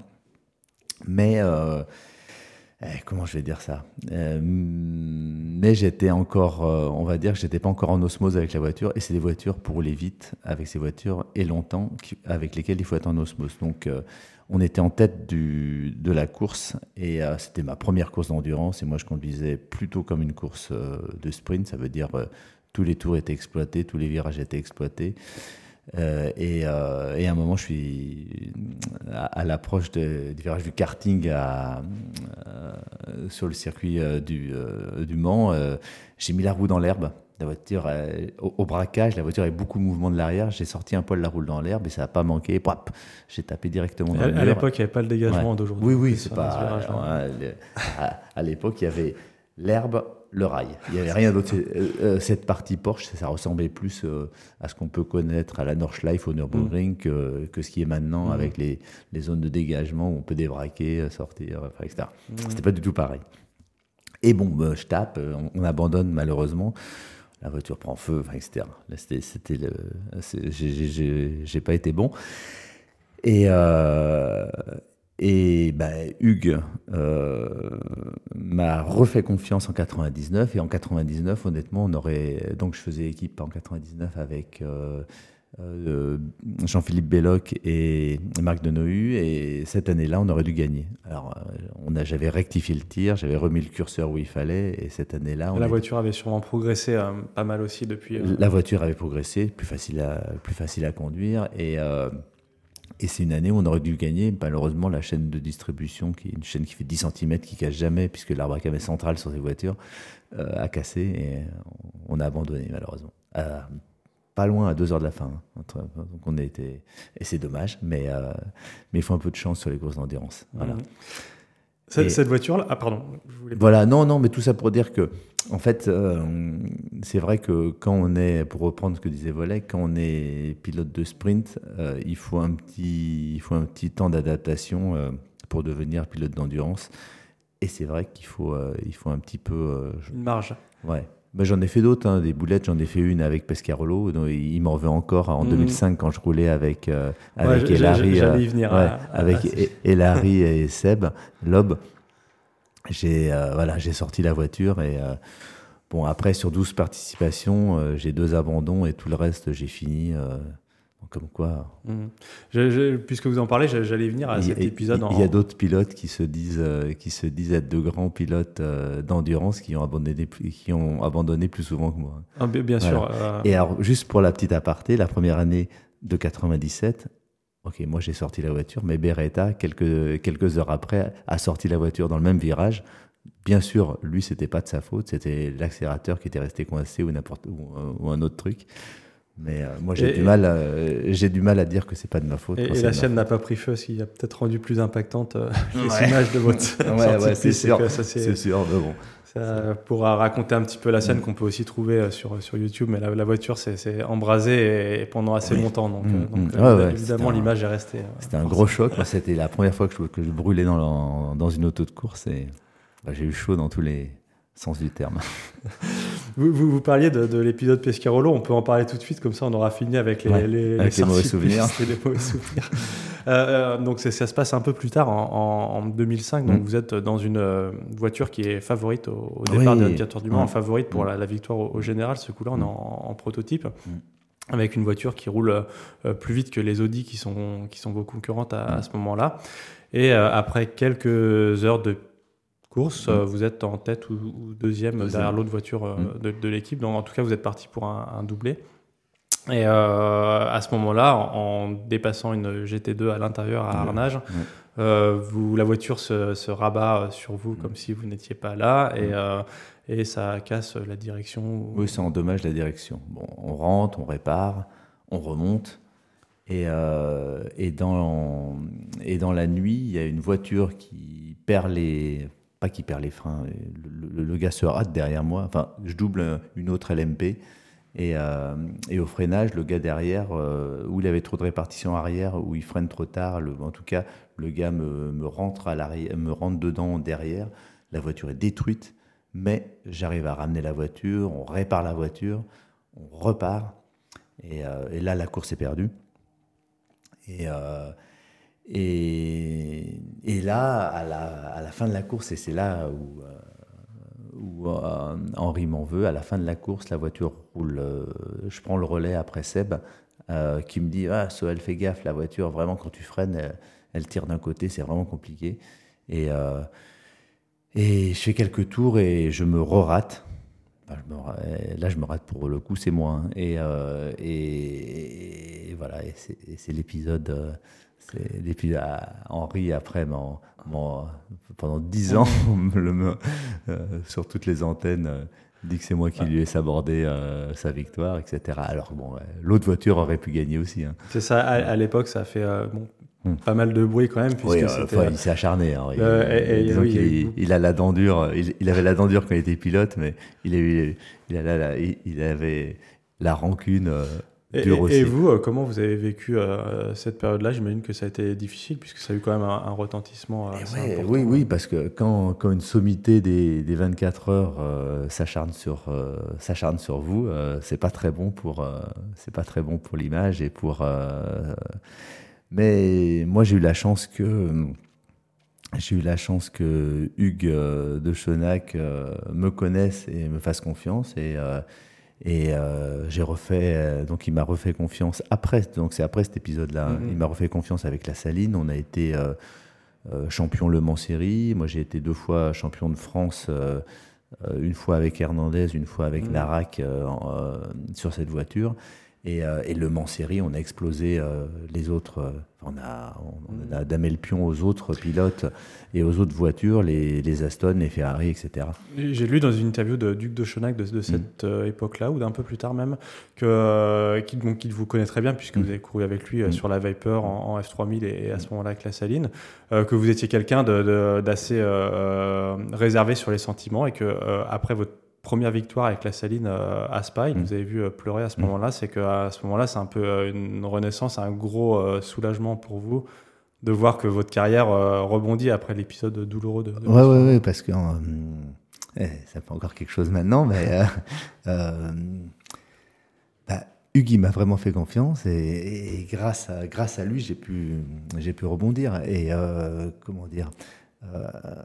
Mais euh, eh, comment je vais dire ça euh, Mais j'étais encore, euh, on va dire, que j'étais pas encore en osmose avec la voiture. Et c'est des voitures pour rouler vite avec ces voitures et longtemps, qui, avec lesquelles il faut être en osmose. Donc euh, on était en tête du, de la course et euh, c'était ma première course d'endurance et moi je conduisais plutôt comme une course euh, de sprint, ça veut dire euh, tous les tours étaient exploités, tous les virages étaient exploités euh, et, euh, et à un moment je suis à, à l'approche de, du virage du karting à, euh, sur le circuit euh, du, euh, du Mans, euh, j'ai mis la roue dans l'herbe. La voiture, euh, au, au braquage, la voiture avait beaucoup de mouvement de l'arrière. J'ai sorti un poil la roue dans l'herbe et ça n'a pas manqué. Pop, j'ai tapé directement dans à, le mur. À l'époque, il n'y avait pas le dégagement ouais. d'aujourd'hui. Oui, oui, c'est pas. Euh, ouais, à, à l'époque, il y avait l'herbe, le rail. Il n'y avait rien d'autre. Euh, cette partie Porsche, ça ressemblait plus euh, à ce qu'on peut connaître à la Nordschleife au Nürburgring mmh. que, que ce qui est maintenant mmh. avec les, les zones de dégagement où on peut débraquer, sortir, enfin, et cetera. Mmh. C'était pas du tout pareil. Et bon, bah, je tape, on, on abandonne malheureusement. La voiture prend feu, enfin, et cetera. Là, c'était, c'était le, c'est, j'ai, j'ai, j'ai pas été bon. Et, euh, et ben, Hugues euh, m'a refait confiance en quatre-vingt-dix-neuf. Et en quatre-vingt-dix-neuf, honnêtement, on aurait. Donc, je faisais équipe en quatre-vingt-dix-neuf avec euh, euh, Jean-Philippe Belloc et Marc Denohu. Et cette année-là, on aurait dû gagner. Alors, on a, j'avais rectifié le tir, j'avais remis le curseur où il fallait. Et cette année-là. On la est... voiture avait sûrement progressé euh, pas mal aussi depuis. Euh... La voiture avait progressé, plus facile à, plus facile à conduire. Et. Euh, Et c'est une année où on aurait dû gagner. Malheureusement, la chaîne de distribution, qui est une chaîne qui fait dix centimètres, qui casse jamais, puisque l'arbre à camé central sur ces voitures, euh, a cassé et on a abandonné, malheureusement. Euh, pas loin, à deux heures de la fin. Hein. Donc on a été... Et c'est dommage, mais, euh, mais il faut un peu de chance sur les courses d'endurance. Voilà. Mmh. Cette, et, cette voiture-là... Ah, pardon. Je voulais... Voilà, non, non, mais tout ça pour dire que, en fait, euh, c'est vrai que quand on est, pour reprendre ce que disait Volek, quand on est pilote de sprint, euh, il, faut un petit, il faut un petit temps d'adaptation euh, pour devenir pilote d'endurance. Et c'est vrai qu'il faut, euh, il faut un petit peu... Euh, je... Une marge. Ouais. Ben, j'en ai fait d'autres, hein, des boulettes. J'en ai fait une avec Pescarolo. Donc il m'en veut encore en mmh. deux mille cinq quand je roulais avec euh, avec ouais, Elari, j'allais y venir. Euh, ouais, à, avec à... Elari et Seb Loeb. J'ai euh, voilà, j'ai sorti la voiture et euh, bon après sur douze participations, euh, j'ai deux abandons et tout le reste j'ai fini. Euh, Comme quoi. Mmh. Je, je, puisque vous en parlez, j'allais venir à il, cet il, épisode. Il y a en... d'autres pilotes qui se disent, euh, qui se disent être de grands pilotes euh, d'endurance qui ont abandonné, qui ont abandonné plus souvent que moi. Ah, bien, bien voilà. sûr. Euh... Et alors, juste pour la petite aparté, la première année de quatre-vingt-dix-sept, ok, moi j'ai sorti la voiture, mais Beretta, quelques, quelques heures après, a sorti la voiture dans le même virage. Bien sûr, lui, c'était pas de sa faute, c'était l'accélérateur qui était resté coincé ou, n'importe, ou, ou un autre truc. Mais euh, moi, j'ai Et- du mal, euh, j'ai du mal à dire que c'est pas de ma faute. Et, quand et c'est la de ma sienne n'a pas pris feu, ce qui a peut-être rendu plus impactante euh, les Ouais. images de votre Ouais, sortie ouais, de c'est piste. sûr. que ça, c'est- C'est sûr, mais bon. ça pourra raconter un petit peu la scène Mm. qu'on peut aussi trouver euh, sur, sur YouTube, mais la, la voiture s'est s'est embrasée et, et pendant assez Oui. longtemps. Donc, Mm, euh, donc mm. euh, Ouais, ouais, évidemment, c'était un- l'image est restée. euh, C'était un forcément. gros choc. Moi, c'était la première fois que je, que je brûlais dans, la- dans une auto de course et bah, j'ai eu chaud dans tous les sens du terme. Vous, vous, vous parliez de, de l'épisode Pescarolo, on peut en parler tout de suite, comme ça on aura fini avec les, Ouais, les, avec les mauvais sorties de souvenirs. piste et les mauvais souvenirs. Euh, euh, donc c'est- ça se passe un peu plus tard, en, en- en deux mille cinq, donc Mm. vous êtes dans une euh, voiture qui est favorite au, au départ Oui. des vingt-quatre heures du Mans, Ouais. en favorite pour Mm. la, la victoire au, au général. Ce coup-là, on est Mm. en, en prototype. Mm. Avec une voiture qui roule euh, plus vite que les Audi qui sont, qui sont vos concurrentes à, à ce moment-là. Et euh, après quelques heures de course, Mm. euh, vous êtes en tête ou, ou deuxième, Deuxième. derrière l'autre voiture euh, Mm. de, de l'équipe. Donc en tout cas, vous êtes parti pour un, un doublé. Et euh, à ce moment-là, en, en dépassant une G T deux à l'intérieur à Ouais. Arnage, Ouais. euh, vous, la voiture se, se rabat sur vous Mm. comme si vous n'étiez pas là. Et, Mm. euh, et ça casse la direction. ou- Oui, ça endommage la direction. Bon, on rentre, on répare, on remonte. Et, euh, et, dans, et dans la nuit, il y a une voiture qui perd les... Pas qui perd les freins. Le, le- le gars se rate derrière moi. Enfin, je double une autre L M P. Et, euh, et au freinage, le gars derrière, euh, où il avait trop de répartition arrière, où il freine trop tard, le- en tout cas, le gars me, me, rentre à l'arrière, me rentre dedans derrière. La voiture est détruite, mais j'arrive à ramener la voiture, on répare la voiture, on repart. Et, euh, et là, la course est perdue. Et, euh, et, et là, à la, à la fin de la course, et c'est là où, euh, où euh, Henri m'en veut, à la fin de la course, la voiture roule, euh, je prends le relais après Seb, euh, qui me dit « Ah, Soel, fais gaffe, la voiture, vraiment, quand tu freines, elle, elle tire d'un côté, c'est vraiment compliqué. » Et, euh, et je fais quelques tours et je me re-rate. Enfin, je me ra- là, je me rate pour le coup, c'est moi. hein. Et, euh, et, et voilà, et c'est, et c'est l'épisode. euh, C'est l'épisode. ah, Henri, après, m'en- m'en- pendant dix ans, me le- me- euh, sur toutes les antennes, euh, dit que c'est moi qui lui ai sabordé euh, sa victoire, et cetera. Alors, bon, ouais, l'autre voiture aurait pu gagner aussi. hein. C'est ça, à, à l'époque, ça a fait euh, bon, Hmm. pas mal de bruit quand même, puisque Oui, euh, c'était... enfin, il s'est acharné. hein. Il, Euh, et- et- disons oui, il y a qu'il- eu- il a la dent dure. Il, il avait la dent dure quand il était pilote, mais il, a eu, il, a la- la- il, il avait la rancune euh, Et, dure et- aussi. et vous, euh, comment vous avez vécu euh, cette période-là? J'imagine que ça a été difficile, puisque ça a eu quand même un, un retentissement euh, Et assez ouais, important. oui, oui, parce que quand, quand une sommité des, des vingt-quatre heures euh, s'acharne sur, euh, s'acharne sur vous, euh, c'est pas très bon pour, euh, c'est pas très bon pour l'image et pour. euh, mais moi, j'ai eu la chance que j'ai eu la chance que Hugues euh, de Chenac euh, me connaisse et me fasse confiance et. euh, Et euh, j'ai refait, euh, donc il m'a refait confiance après, donc c'est après cet épisode-là. hein. Mhm. Il m'a refait confiance avec la Saline. On a été euh, euh, champion Le Mans Série. Moi, j'ai été deux fois champion de France, euh, euh, une fois avec Hernandez, une fois avec Mhm. Narac euh, en, euh, sur cette voiture. Et, euh, et Le Mans Série, on a explosé euh, les autres. euh, on a, on, on a damé le pion aux autres pilotes et aux autres voitures, les, les Aston, les Ferrari, et cetera. J'ai lu dans une interview de Duc de Chenac de, de cette euh, époque-là, ou d'un peu plus tard même, que, euh, qu'il, donc, qu'il vous connaît très bien, puisque Mm. vous avez couru avec lui euh, Mm. sur la Viper en, en F trois mille et, et à ce moment-là avec la Saline, euh, que vous étiez quelqu'un de, de, d'assez euh, réservé sur les sentiments et que euh, après votre première victoire avec la Saline euh, à Spa, il Mm. vous avez vu euh, pleurer à ce Mm. moment-là, c'est qu'à ce moment-là, c'est un peu euh, une renaissance, un gros euh, soulagement pour vous de voir que votre carrière euh, rebondit après l'épisode douloureux de, de Ouais, ouais, ouais, parce que euh, eh, ça fait encore quelque chose maintenant, mais euh, euh, bah, Hugues, il m'a vraiment fait confiance et, et grâce, à, grâce à lui, j'ai pu, j'ai pu rebondir. Et euh, comment dire euh,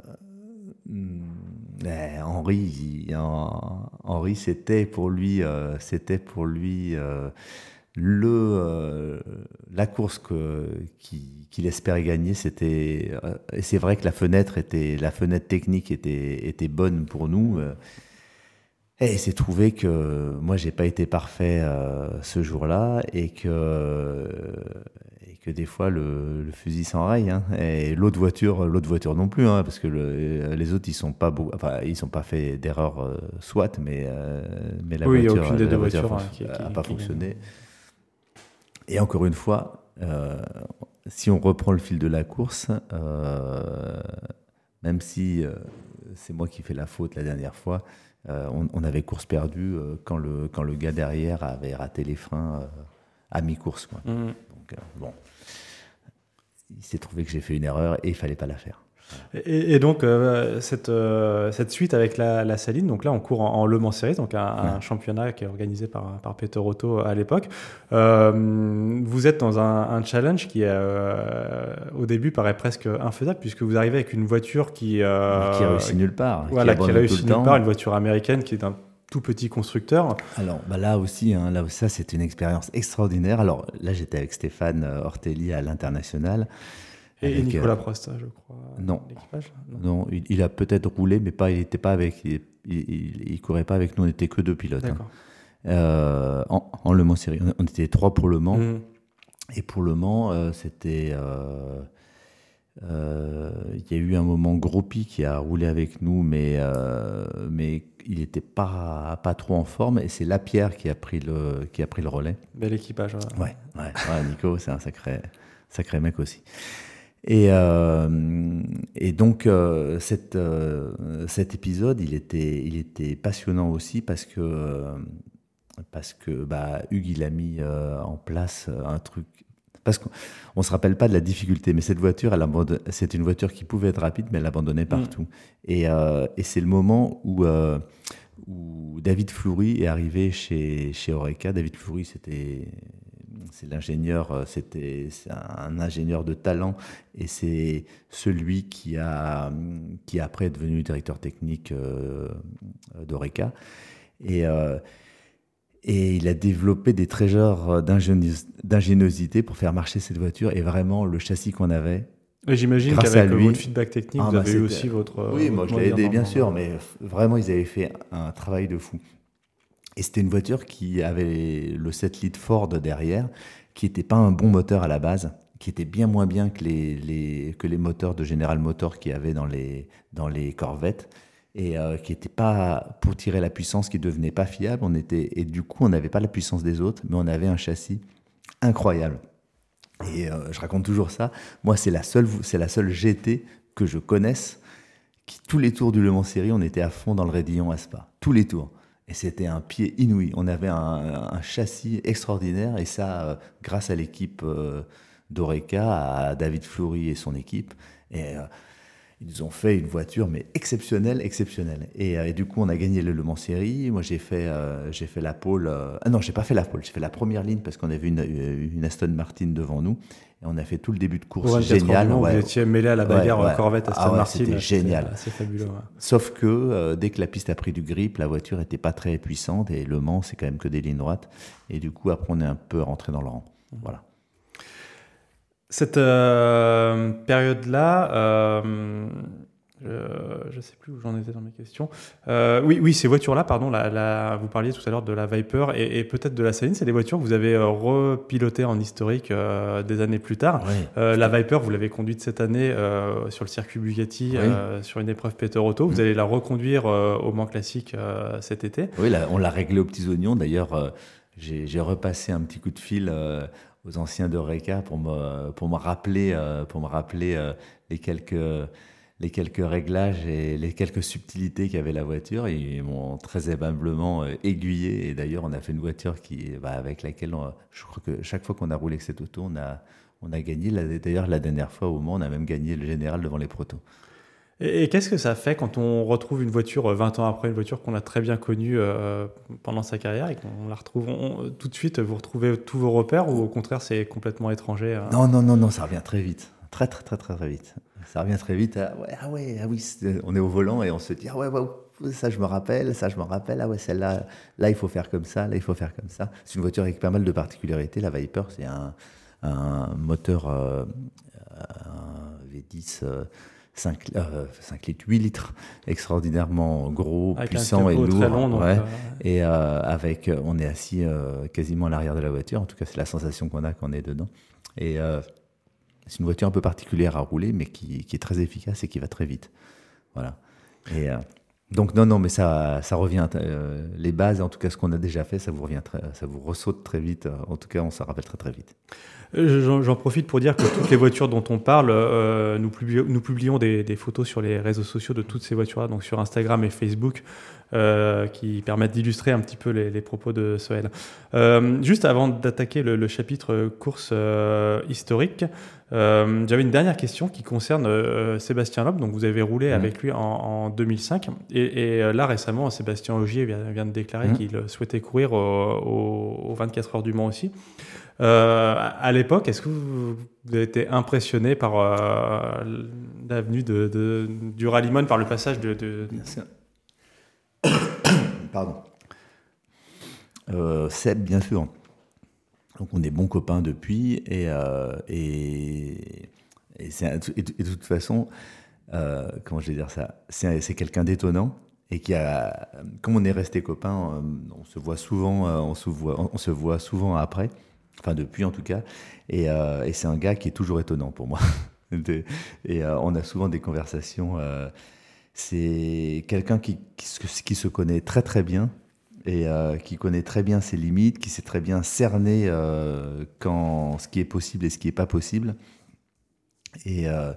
eh, Henri, il- en- Henri, c'était pour lui, euh, c'était pour lui euh, le, euh, la course que, qui- qu'il espérait gagner. C'était, euh, et c'est vrai que la fenêtre était, la fenêtre technique était, était bonne pour nous. euh, Et il s'est trouvé que moi, j'ai pas été parfait euh, ce jour-là et que, et que des fois, le, le fusil s'enraye. Hein. Et l'autre voiture, l'autre voiture non plus, hein, parce que le, les autres, ils sont pas beau, enfin, ils sont pas fait d'erreur, euh, soit, mais, euh, mais la Oui, il y a voiture, aucune des la deux voiture voitures, a, hein, qui- a qui- pas qui- fonctionné. Et encore une fois, euh, si on reprend le fil de la course, euh, même si euh, c'est moi qui fais la faute la dernière fois, euh, on, on avait course perdue euh, quand, le, quand le gars derrière avait raté les freins euh, à mi-course, quoi. Mmh. Donc, euh, bon, il s'est trouvé que j'ai fait une erreur et il fallait pas la faire. Et, et donc, euh, cette, euh, cette suite avec la, la Saline, donc là, on court en, en Le Mans Series, donc un, ouais. un championnat qui est organisé par, par Peter Otto à l'époque. Euh, vous êtes dans un, un challenge qui, euh, au début, paraît presque infaisable, puisque vous arrivez avec une voiture qui... Euh, qui réussit nulle part. Voilà, qui, qui réussit nulle part, une voiture américaine qui est un tout petit constructeur. Alors bah là aussi, hein, là, ça, c'est une expérience extraordinaire. Alors là, j'étais avec Stéphane Ortelli à l'international. Et avec, Nicolas euh, Prost, je crois. Non, l'équipage non, non il, il a peut-être roulé, mais pas, il n'était pas avec, il, il, il courait pas avec nous. On n'était que deux pilotes. D'accord. Hein. Euh, en, en Le Mans série, on était trois pour Le Mans. Mmh. Et pour Le Mans, euh, c'était, euh, euh, il y a eu un moment Gropi qui a roulé avec nous, mais euh, mais il n'était pas pas trop en forme. Et c'est Lapierre qui a pris le qui a pris le relais. Bel équipage. Ouais, ouais, ouais, ouais Nico, c'est un sacré sacré mec aussi. Et, euh, et donc euh, cette, euh, cet épisode, il était, il était passionnant aussi parce que, euh, parce que bah, Hugues il a mis euh, en place un truc. Parce qu'on ne se rappelle pas de la difficulté, mais cette voiture, elle abandonne, c'est une voiture qui pouvait être rapide, mais elle abandonnait partout. Mmh. Et, euh, et c'est le moment où, euh, où David Fleury est arrivé chez, chez Oreca. David Fleury, c'était... C'est l'ingénieur, c'était c'est un ingénieur de talent et c'est celui qui a qui après est devenu directeur technique euh, d'Oreca et euh, et il a développé des trésors d'ingénios- d'ingéniosité pour faire marcher cette voiture et vraiment le châssis qu'on avait. Et j'imagine qu'avec lui, votre feedback technique, ah, vous bah avez eu aussi votre. Oui, votre moi je l'ai aidé bien sûr, mais vraiment ils avaient fait un travail de fou. Et c'était une voiture qui avait le sept litres Ford derrière, qui n'était pas un bon moteur à la base, qui était bien moins bien que les, les, que les moteurs de General Motors qu'il y avait dans les, dans les Corvettes, et euh, qui n'était pas, pour tirer la puissance, qui ne devenait pas fiable. On était, et du coup, on n'avait pas la puissance des autres, mais on avait un châssis incroyable. Et euh, je raconte toujours ça. Moi, c'est la seule, c'est la seule G T que je connaisse, qui, tous les tours du Le Mans Série, on était à fond dans le raidillon à Spa. Tous les tours. Et c'était un pied inouï. On avait un, un châssis extraordinaire et ça, euh, grâce à l'équipe euh, d'Oreca, à David Fleury et son équipe. Et euh, ils nous ont fait une voiture mais exceptionnelle, exceptionnelle. Et, euh, et du coup, on a gagné le Le Mans Série. Moi, j'ai fait, euh, j'ai fait la pole. Euh... Ah non, j'ai pas fait la pole. J'ai fait la première ligne parce qu'on avait une, une Aston Martin devant nous. Et on a fait tout le début de course génial. Ouais. Vous étiez mêlé à la bagarre ouais, ouais. Corvette Aston ah ouais, Martin. C'était génial. C'est fabuleux. Ouais. Sauf que euh, dès que la piste a pris du grip, la voiture était pas très puissante et Le Mans, c'est quand même que des lignes droites. Et du coup, après, on est un peu rentré dans le rang. Mmh. Voilà. Cette euh, période-là, euh, je ne sais plus où j'en étais dans mes questions. Euh, oui, oui, ces voitures-là, pardon, la, la, vous parliez tout à l'heure de la Viper et, et peut-être de la Saline, c'est des voitures que vous avez euh, repilotées en historique euh, des années plus tard. Oui. Euh, la Viper, vous l'avez conduite cette année euh, sur le circuit Bugatti, oui. euh, sur une épreuve Peter Otto. Vous mmh. allez la reconduire euh, au Mans Classique euh, cet été. Oui, là, on l'a réglée aux petits oignons. D'ailleurs, euh, j'ai, j'ai repassé un petit coup de fil euh, aux anciens d'Oreca pour me, pour me rappeler, euh, pour me rappeler euh, les quelques... les quelques réglages et les quelques subtilités qu'avait la voiture. Ils m'ont très aimablement aiguillé. Et d'ailleurs, on a fait une voiture qui, bah, avec laquelle, on, je crois que chaque fois qu'on a roulé avec cette auto, on a, on a gagné. D'ailleurs, la dernière fois, au Mans, on a même gagné le général devant les protos. Et, et qu'est-ce que ça fait quand on retrouve une voiture vingt ans après, une voiture qu'on a très bien connue euh, pendant sa carrière et qu'on la retrouve on, tout de suite, vous retrouvez tous vos repères ou au contraire, c'est complètement étranger euh... Non, non, non, non, ça revient très vite. Très, très, très, très, très vite. Ça revient très vite. Ah ouais, ah ouais, ah oui, on est au volant et on se dit, ah ouais, ouais, ça je me rappelle, ça je me rappelle, ah ouais, celle-là, là il faut faire comme ça, là il faut faire comme ça. C'est une voiture avec pas mal de particularités. La Viper, c'est un, un moteur euh, un V dix euh, cinq, euh, cinq litres, huit litres, extraordinairement gros, avec puissant et lourd. Très long, donc ouais. euh... Et euh, avec, on est assis euh, quasiment à l'arrière de la voiture. En tout cas, c'est la sensation qu'on a quand on est dedans. Et euh, c'est une voiture un peu particulière à rouler, mais qui, qui est très efficace et qui va très vite. Voilà. Et, euh... Donc non, non, mais ça, ça revient. Euh, les bases, en tout cas, ce qu'on a déjà fait, ça vous revient, très, ça vous ressaute très vite. En tout cas, on s'en rappelle très très vite. J'en, j'en profite pour dire que toutes les voitures dont on parle, euh, nous, publions, nous publions des, des photos sur les réseaux sociaux de toutes ces voitures-là, donc sur Instagram et Facebook, euh, qui permettent d'illustrer un petit peu les, les propos de Sohail. Euh, juste avant d'attaquer le, le chapitre course euh, historique, euh, j'avais une dernière question qui concerne euh, Sébastien Loeb. Donc vous avez roulé mmh. avec lui en, en deux mille cinq, et, et là récemment, Sébastien Ogier vient, vient de déclarer mmh. qu'il souhaitait courir au, au, aux vingt-quatre heures du Mans aussi. Euh, à l'époque, est-ce que vous, vous avez été impressionné par euh, l'avenue de, de, du Rallye-Mons, par le passage de... de... Pardon. Euh, Seb, bien sûr. Donc on est bons copains depuis, et, euh, et, et, c'est, et, de, et de toute façon, euh, comment je vais dire ça, c'est, c'est quelqu'un d'étonnant. Et qui a, comme on est resté copains, on se voit souvent, on se voit, on se voit souvent après. Enfin, depuis en tout cas. Et, euh, et c'est un gars qui est toujours étonnant pour moi. et euh, on a souvent des conversations. Euh, c'est quelqu'un qui, qui, qui se connaît très très bien et euh, qui connaît très bien ses limites, qui sait très bien cerner euh, quand, ce qui est possible et ce qui n'est pas possible. Et, euh,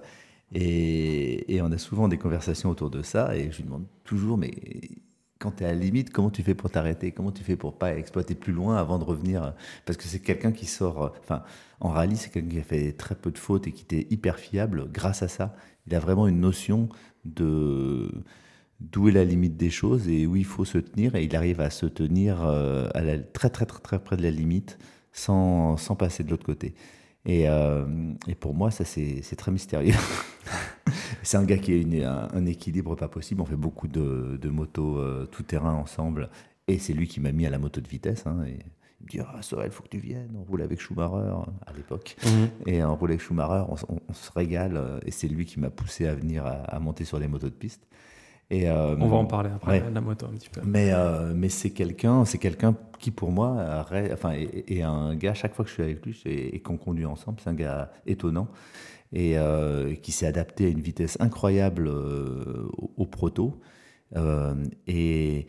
et, et on a souvent des conversations autour de ça. Et je lui demande toujours, mais... quand tu es à la limite, comment tu fais pour t'arrêter? Comment tu fais pour pas exploiter plus loin avant de revenir? Parce que c'est quelqu'un qui sort... Enfin, en rallye, c'est quelqu'un qui a fait très peu de fautes et qui était hyper fiable. Grâce à ça, il a vraiment une notion de d'où est la limite des choses et où il faut se tenir. Et il arrive à se tenir à la, très, très, très, très près de la limite sans, sans passer de l'autre côté. Et, euh, et pour moi, ça, c'est, c'est très mystérieux. C'est un gars qui a une, un, un équilibre pas possible. On fait beaucoup de, de motos euh, tout-terrain ensemble. Et c'est lui qui m'a mis à la moto de vitesse. Hein, et il me dit ah, Sorel, il faut que tu viennes. On roule avec Schumacher à l'époque. Mmh. Et on roule avec Schumacher, on, on, on se régale. Et c'est lui qui m'a poussé à venir à, à monter sur les motos de piste. Et, euh, on va en parler après, ouais. de la moto un petit peu. Mais, euh, mais c'est quelqu'un, c'est quelqu'un qui, pour moi, arrête, enfin, est, est un gars, chaque fois que je suis avec lui et, et qu'on conduit ensemble, c'est un gars étonnant et euh, qui s'est adapté à une vitesse incroyable euh, au, au proto euh, et,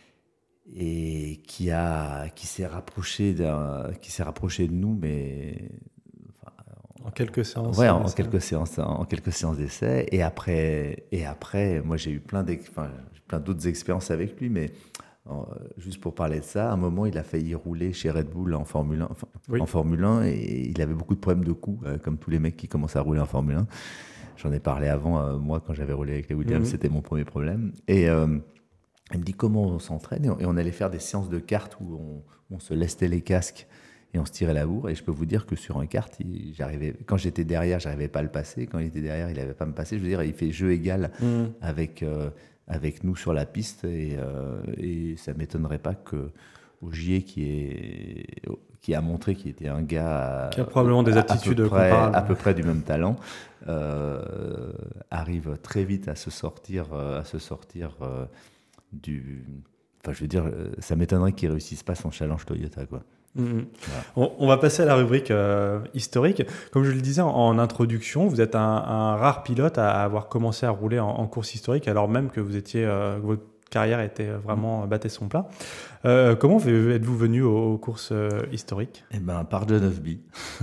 et qui, a, qui, s'est rapproché d'un, qui s'est rapproché de nous, mais... En quelques séances. Ouais, en, en quelques séances, en quelques séances d'essai. Et après, et après, moi j'ai eu plein, enfin, plein d'autres expériences avec lui, mais euh, juste pour parler de ça, à un moment il a failli rouler chez Red Bull en Formule un, enfin, oui. en Formule un, et il avait beaucoup de problèmes de coups, euh, comme tous les mecs qui commencent à rouler en Formule un. J'en ai parlé avant, euh, moi quand j'avais roulé avec les Williams, mmh. c'était mon premier problème. Et euh, il me dit comment on s'entraîne, et on, et on allait faire des séances de cartes où on, on se lestait les casques. Et on se tirait la bourre. Et je peux vous dire que sur un kart, il, j'arrivais, quand j'étais derrière, j'arrivais pas à le passer. Quand il était derrière, il n'avait pas à me passer. Je veux dire, il fait jeu égal mmh. avec, euh, avec nous sur la piste. Et, euh, et ça ne m'étonnerait pas que Ogier, qui, est, qui a montré qu'il était un gars... Qui a probablement des attitudes à peu près, comparables. à peu près du même talent, euh, arrive très vite à se sortir, à se sortir euh, du... Enfin, je veux dire, ça m'étonnerait qu'il ne réussisse pas son challenge Toyota, quoi. Mmh. Voilà. On, on va passer à la rubrique euh, historique. Comme je le disais en, en introduction, vous êtes un, un rare pilote à avoir commencé à rouler en, en course historique, alors même que vous étiez, euh, votre carrière était vraiment battait son plat. Euh, comment êtes-vous venu aux, aux courses euh, historiques? Eh ben, par John Ofby,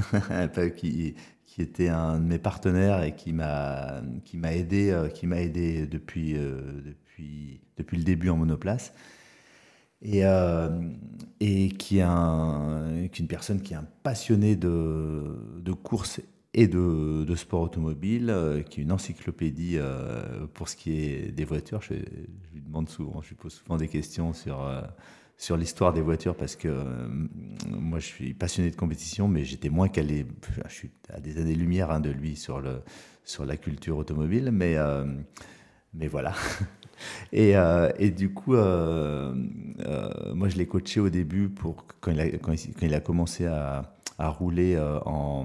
qui, qui était un de mes partenaires et qui m'a, qui m'a aidé, euh, qui m'a aidé depuis, euh, depuis, depuis le début en monoplace. Et, euh, et qui est, un, qui est une personne qui est un passionné de, de course et de, de sport automobile, euh, qui est une encyclopédie euh, pour ce qui est des voitures. Je, je lui demande souvent, je lui pose souvent des questions sur, euh, sur l'histoire des voitures parce que euh, moi je suis passionné de compétition, mais j'étais moins calé, je suis à des années-lumière hein, de lui sur, le, sur la culture automobile, mais, euh, mais voilà. Et, euh, et du coup, euh, euh, moi, je l'ai coaché au début pour quand il a, quand il, quand il a commencé à, à rouler euh, en,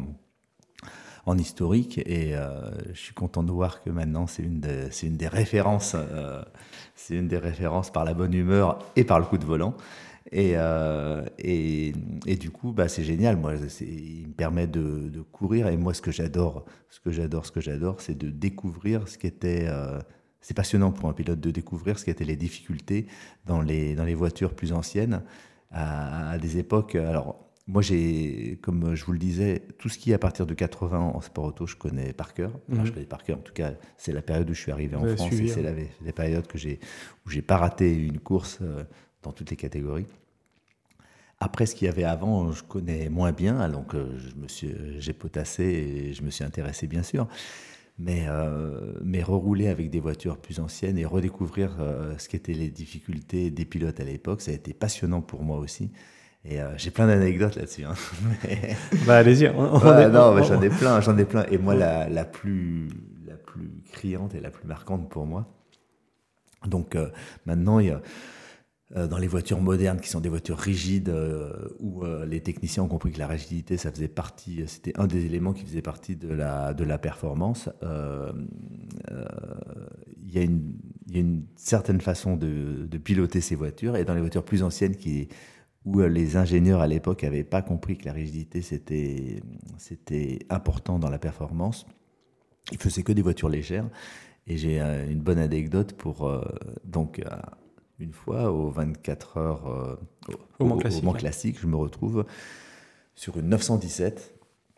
en historique. Et euh, je suis content de voir que maintenant, c'est une, de, c'est une des références. Euh, c'est une des références par la bonne humeur et par le coup de volant. Et, euh, et, et du coup, bah, c'est génial. Moi, c'est, il me permet de, de courir. Et moi, ce que j'adore, ce que j'adore, ce que j'adore, c'est de découvrir ce qu'était... Euh, c'est passionnant pour un pilote de découvrir ce qu'étaient les difficultés dans les, dans les voitures plus anciennes à, à des époques. Alors, moi, j'ai, comme je vous le disais, tout ce qui est à partir de quatre-vingts en sport auto, je connais par cœur. Enfin, Mhm. je connais par cœur. En tout cas, c'est la période où je suis arrivé en Vous avez France suivi, et c'est hein. la, la période que j'ai, où j'ai pas raté une course euh, dans toutes les catégories. Après, ce qu'il y avait avant, je connais moins bien, donc euh, je me suis, j'ai potassé et je me suis intéressé, bien sûr. Mais, euh, mais rerouler avec des voitures plus anciennes et redécouvrir euh, ce qu'étaient les difficultés des pilotes à l'époque, ça a été passionnant pour moi aussi. Et euh, j'ai plein d'anecdotes là-dessus. Hein. Mais... Bah allez-y. On, on Ouais, est, non, on- mais on- j'en ai plein, j'en ai plein. Et moi, la, la, plus, la plus criante et la plus marquante pour moi. Donc euh, maintenant, il y a euh, dans les voitures modernes qui sont des voitures rigides euh, où euh, les techniciens ont compris que la rigidité, ça faisait partie, c'était un des éléments qui faisait partie de la, de la performance. Euh, euh, il y a une, il y a une certaine façon de, de piloter ces voitures. Et dans les voitures plus anciennes qui où les ingénieurs à l'époque n'avaient pas compris que la rigidité c'était, c'était important dans la performance. Ils faisaient que des voitures légères. Et j'ai euh, une bonne anecdote pour euh, donc euh, une fois aux vingt-quatre heures euh, Au au, Mans au, Classique, au Mans ouais. Classique, je me retrouve sur une neuf cent dix-sept.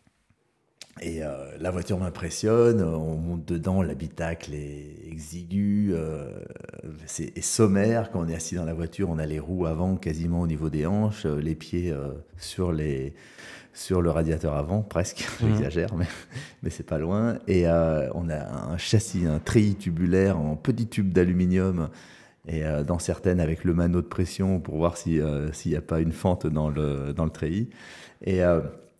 Et euh, la voiture m'impressionne, on monte dedans, l'habitacle est exigu, euh, c'est est sommaire. Quand on est assis dans la voiture, on a les roues avant quasiment au niveau des hanches, euh, les pieds euh, sur, les, sur le radiateur avant, presque, Mhm. j'exagère, mais, mais c'est pas loin. Et euh, on a un châssis, un treillis tubulaire en petits tubes d'aluminium, et euh, dans certaines avec le manot de pression pour voir si, euh, s'il n'y a pas une fente dans le, dans le treillis. Et, euh,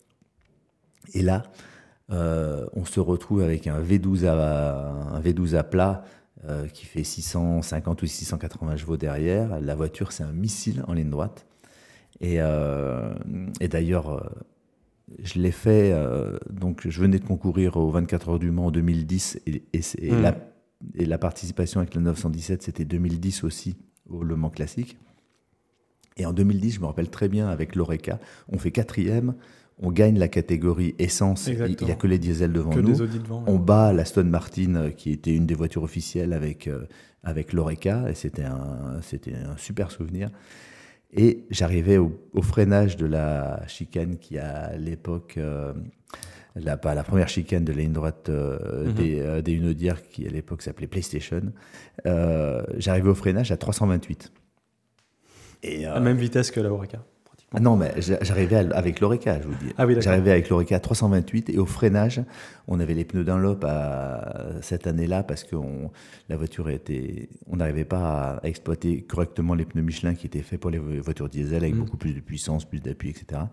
et là, Euh, on se retrouve avec un V douze à, un V douze à plat euh, qui fait six cent cinquante ou six cent quatre-vingts chevaux derrière. La voiture, c'est un missile en ligne droite. Et, euh, et d'ailleurs, euh, je l'ai fait. Euh, donc, je venais de concourir aux vingt-quatre heures du Mans en deux mille dix. Et, et, et, Mhm. la, et la participation avec le neuf cent dix-sept, c'était deux mille dix aussi, au Le Mans Classique. Et en deux mille dix, je me rappelle très bien, avec l'Oreca, on fait quatrième. On gagne la catégorie essence, il n'y a que les diesels devant que nous. des Audi devant. On Ouais. bat l'Aston Martin, qui était une des voitures officielles avec, euh, avec l'Oreca, et c'était un, c'était un super souvenir. Et j'arrivais au, au freinage de la chicane qui, à l'époque, euh, la, pas la première chicane de la ligne droite euh, Mhm. des, euh, des Hunaudières, qui à l'époque s'appelait PlayStation. Euh, j'arrivais au freinage à trois cent vingt-huit. Et, À euh, la même vitesse que la Oreca. Ah non, mais j'a- j'arrivais à- avec l'Oreca, je vous dis. Ah oui, d'accord. J'arrivais avec l'Oreca à trois cent vingt-huit et au freinage, on avait les pneus Dunlop à, cette année-là parce que on- la voiture était, on n'arrivait pas à exploiter correctement les pneus Michelin qui étaient faits pour les vo- voitures diesel avec Mhm. beaucoup plus de puissance, plus d'appui, et cetera.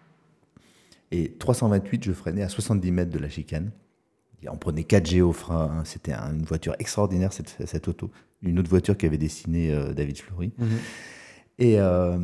Et trois cent vingt-huit, je freinais à soixante-dix mètres de la chicane. Et on prenait quatre G au frein. Hein. C'était un- une voiture extraordinaire, cette, cette auto. Une autre voiture qu'avait dessinée euh, David Fleury. Mhm. Et, euh,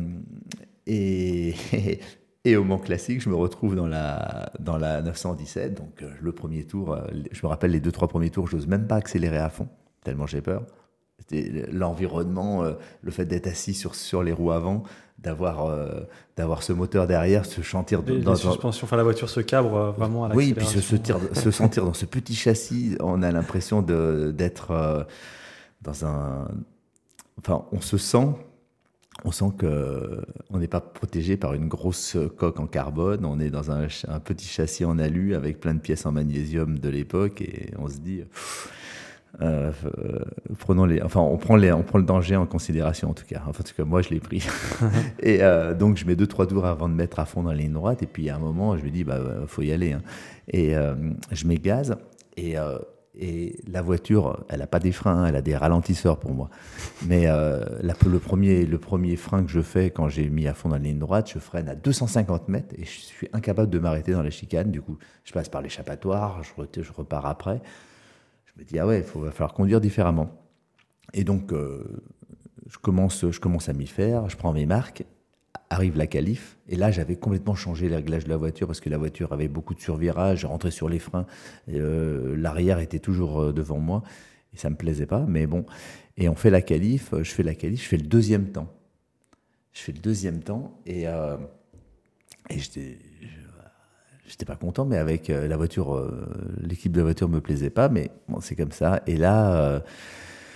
et, et au Mans Classique, je me retrouve dans la, dans la neuf cent dix-sept. Donc, euh, le premier tour, euh, je me rappelle les deux, trois premiers tours, je n'ose même pas accélérer à fond, tellement j'ai peur. C'était l'environnement, euh, le fait d'être assis sur, sur les roues avant, d'avoir euh, d'avoir ce moteur derrière, se sentir Les, dans, les suspensions, enfin la voiture se cabre euh, vraiment à oui, puis se, l'accélération. se, tire- se sentir dans ce petit châssis, on a l'impression de- d'être euh, dans un... Enfin, on se sent, on sent que on n'est pas protégé par une grosse coque en carbone, on est dans un, ch- un petit châssis en alu avec plein de pièces en magnésium de l'époque et on se dit... pff, euh, euh, prenons les, enfin, on prend, les, on prend le danger en considération en tout cas. Enfin, en tout cas, moi, je l'ai pris. Et euh, donc, je mets deux, trois tours avant de mettre à fond dans la ligne droite. Et puis, à un moment, je me dis, bah, faut y aller. Hein. Et euh, je mets gaz. Et, euh, et la voiture, elle n'a pas des freins, hein, elle a des ralentisseurs pour moi. Mais euh, la, le, premier, le premier frein que je fais quand j'ai mis à fond dans la ligne droite, je freine à deux cent cinquante mètres et je suis incapable de m'arrêter dans la chicane. Du coup, je passe par l'échappatoire, je, re- je repars après. Je me dis, ah ouais, il va falloir conduire différemment. Et donc, euh, je, commence, je commence à m'y faire, je prends mes marques, arrive la qualif, et là, j'avais complètement changé le réglage de la voiture parce que la voiture avait beaucoup de survirage, je rentrais sur les freins, et, euh, l'arrière était toujours euh, devant moi, et ça me plaisait pas, mais bon. Et on fait la qualif, je fais la qualif, je fais le deuxième temps. Je fais le deuxième temps, et, euh, et j'étais... J'étais pas content, mais avec euh, la voiture, euh, l'équipe de la voiture me plaisait pas, mais bon, c'est comme ça. Et là, euh,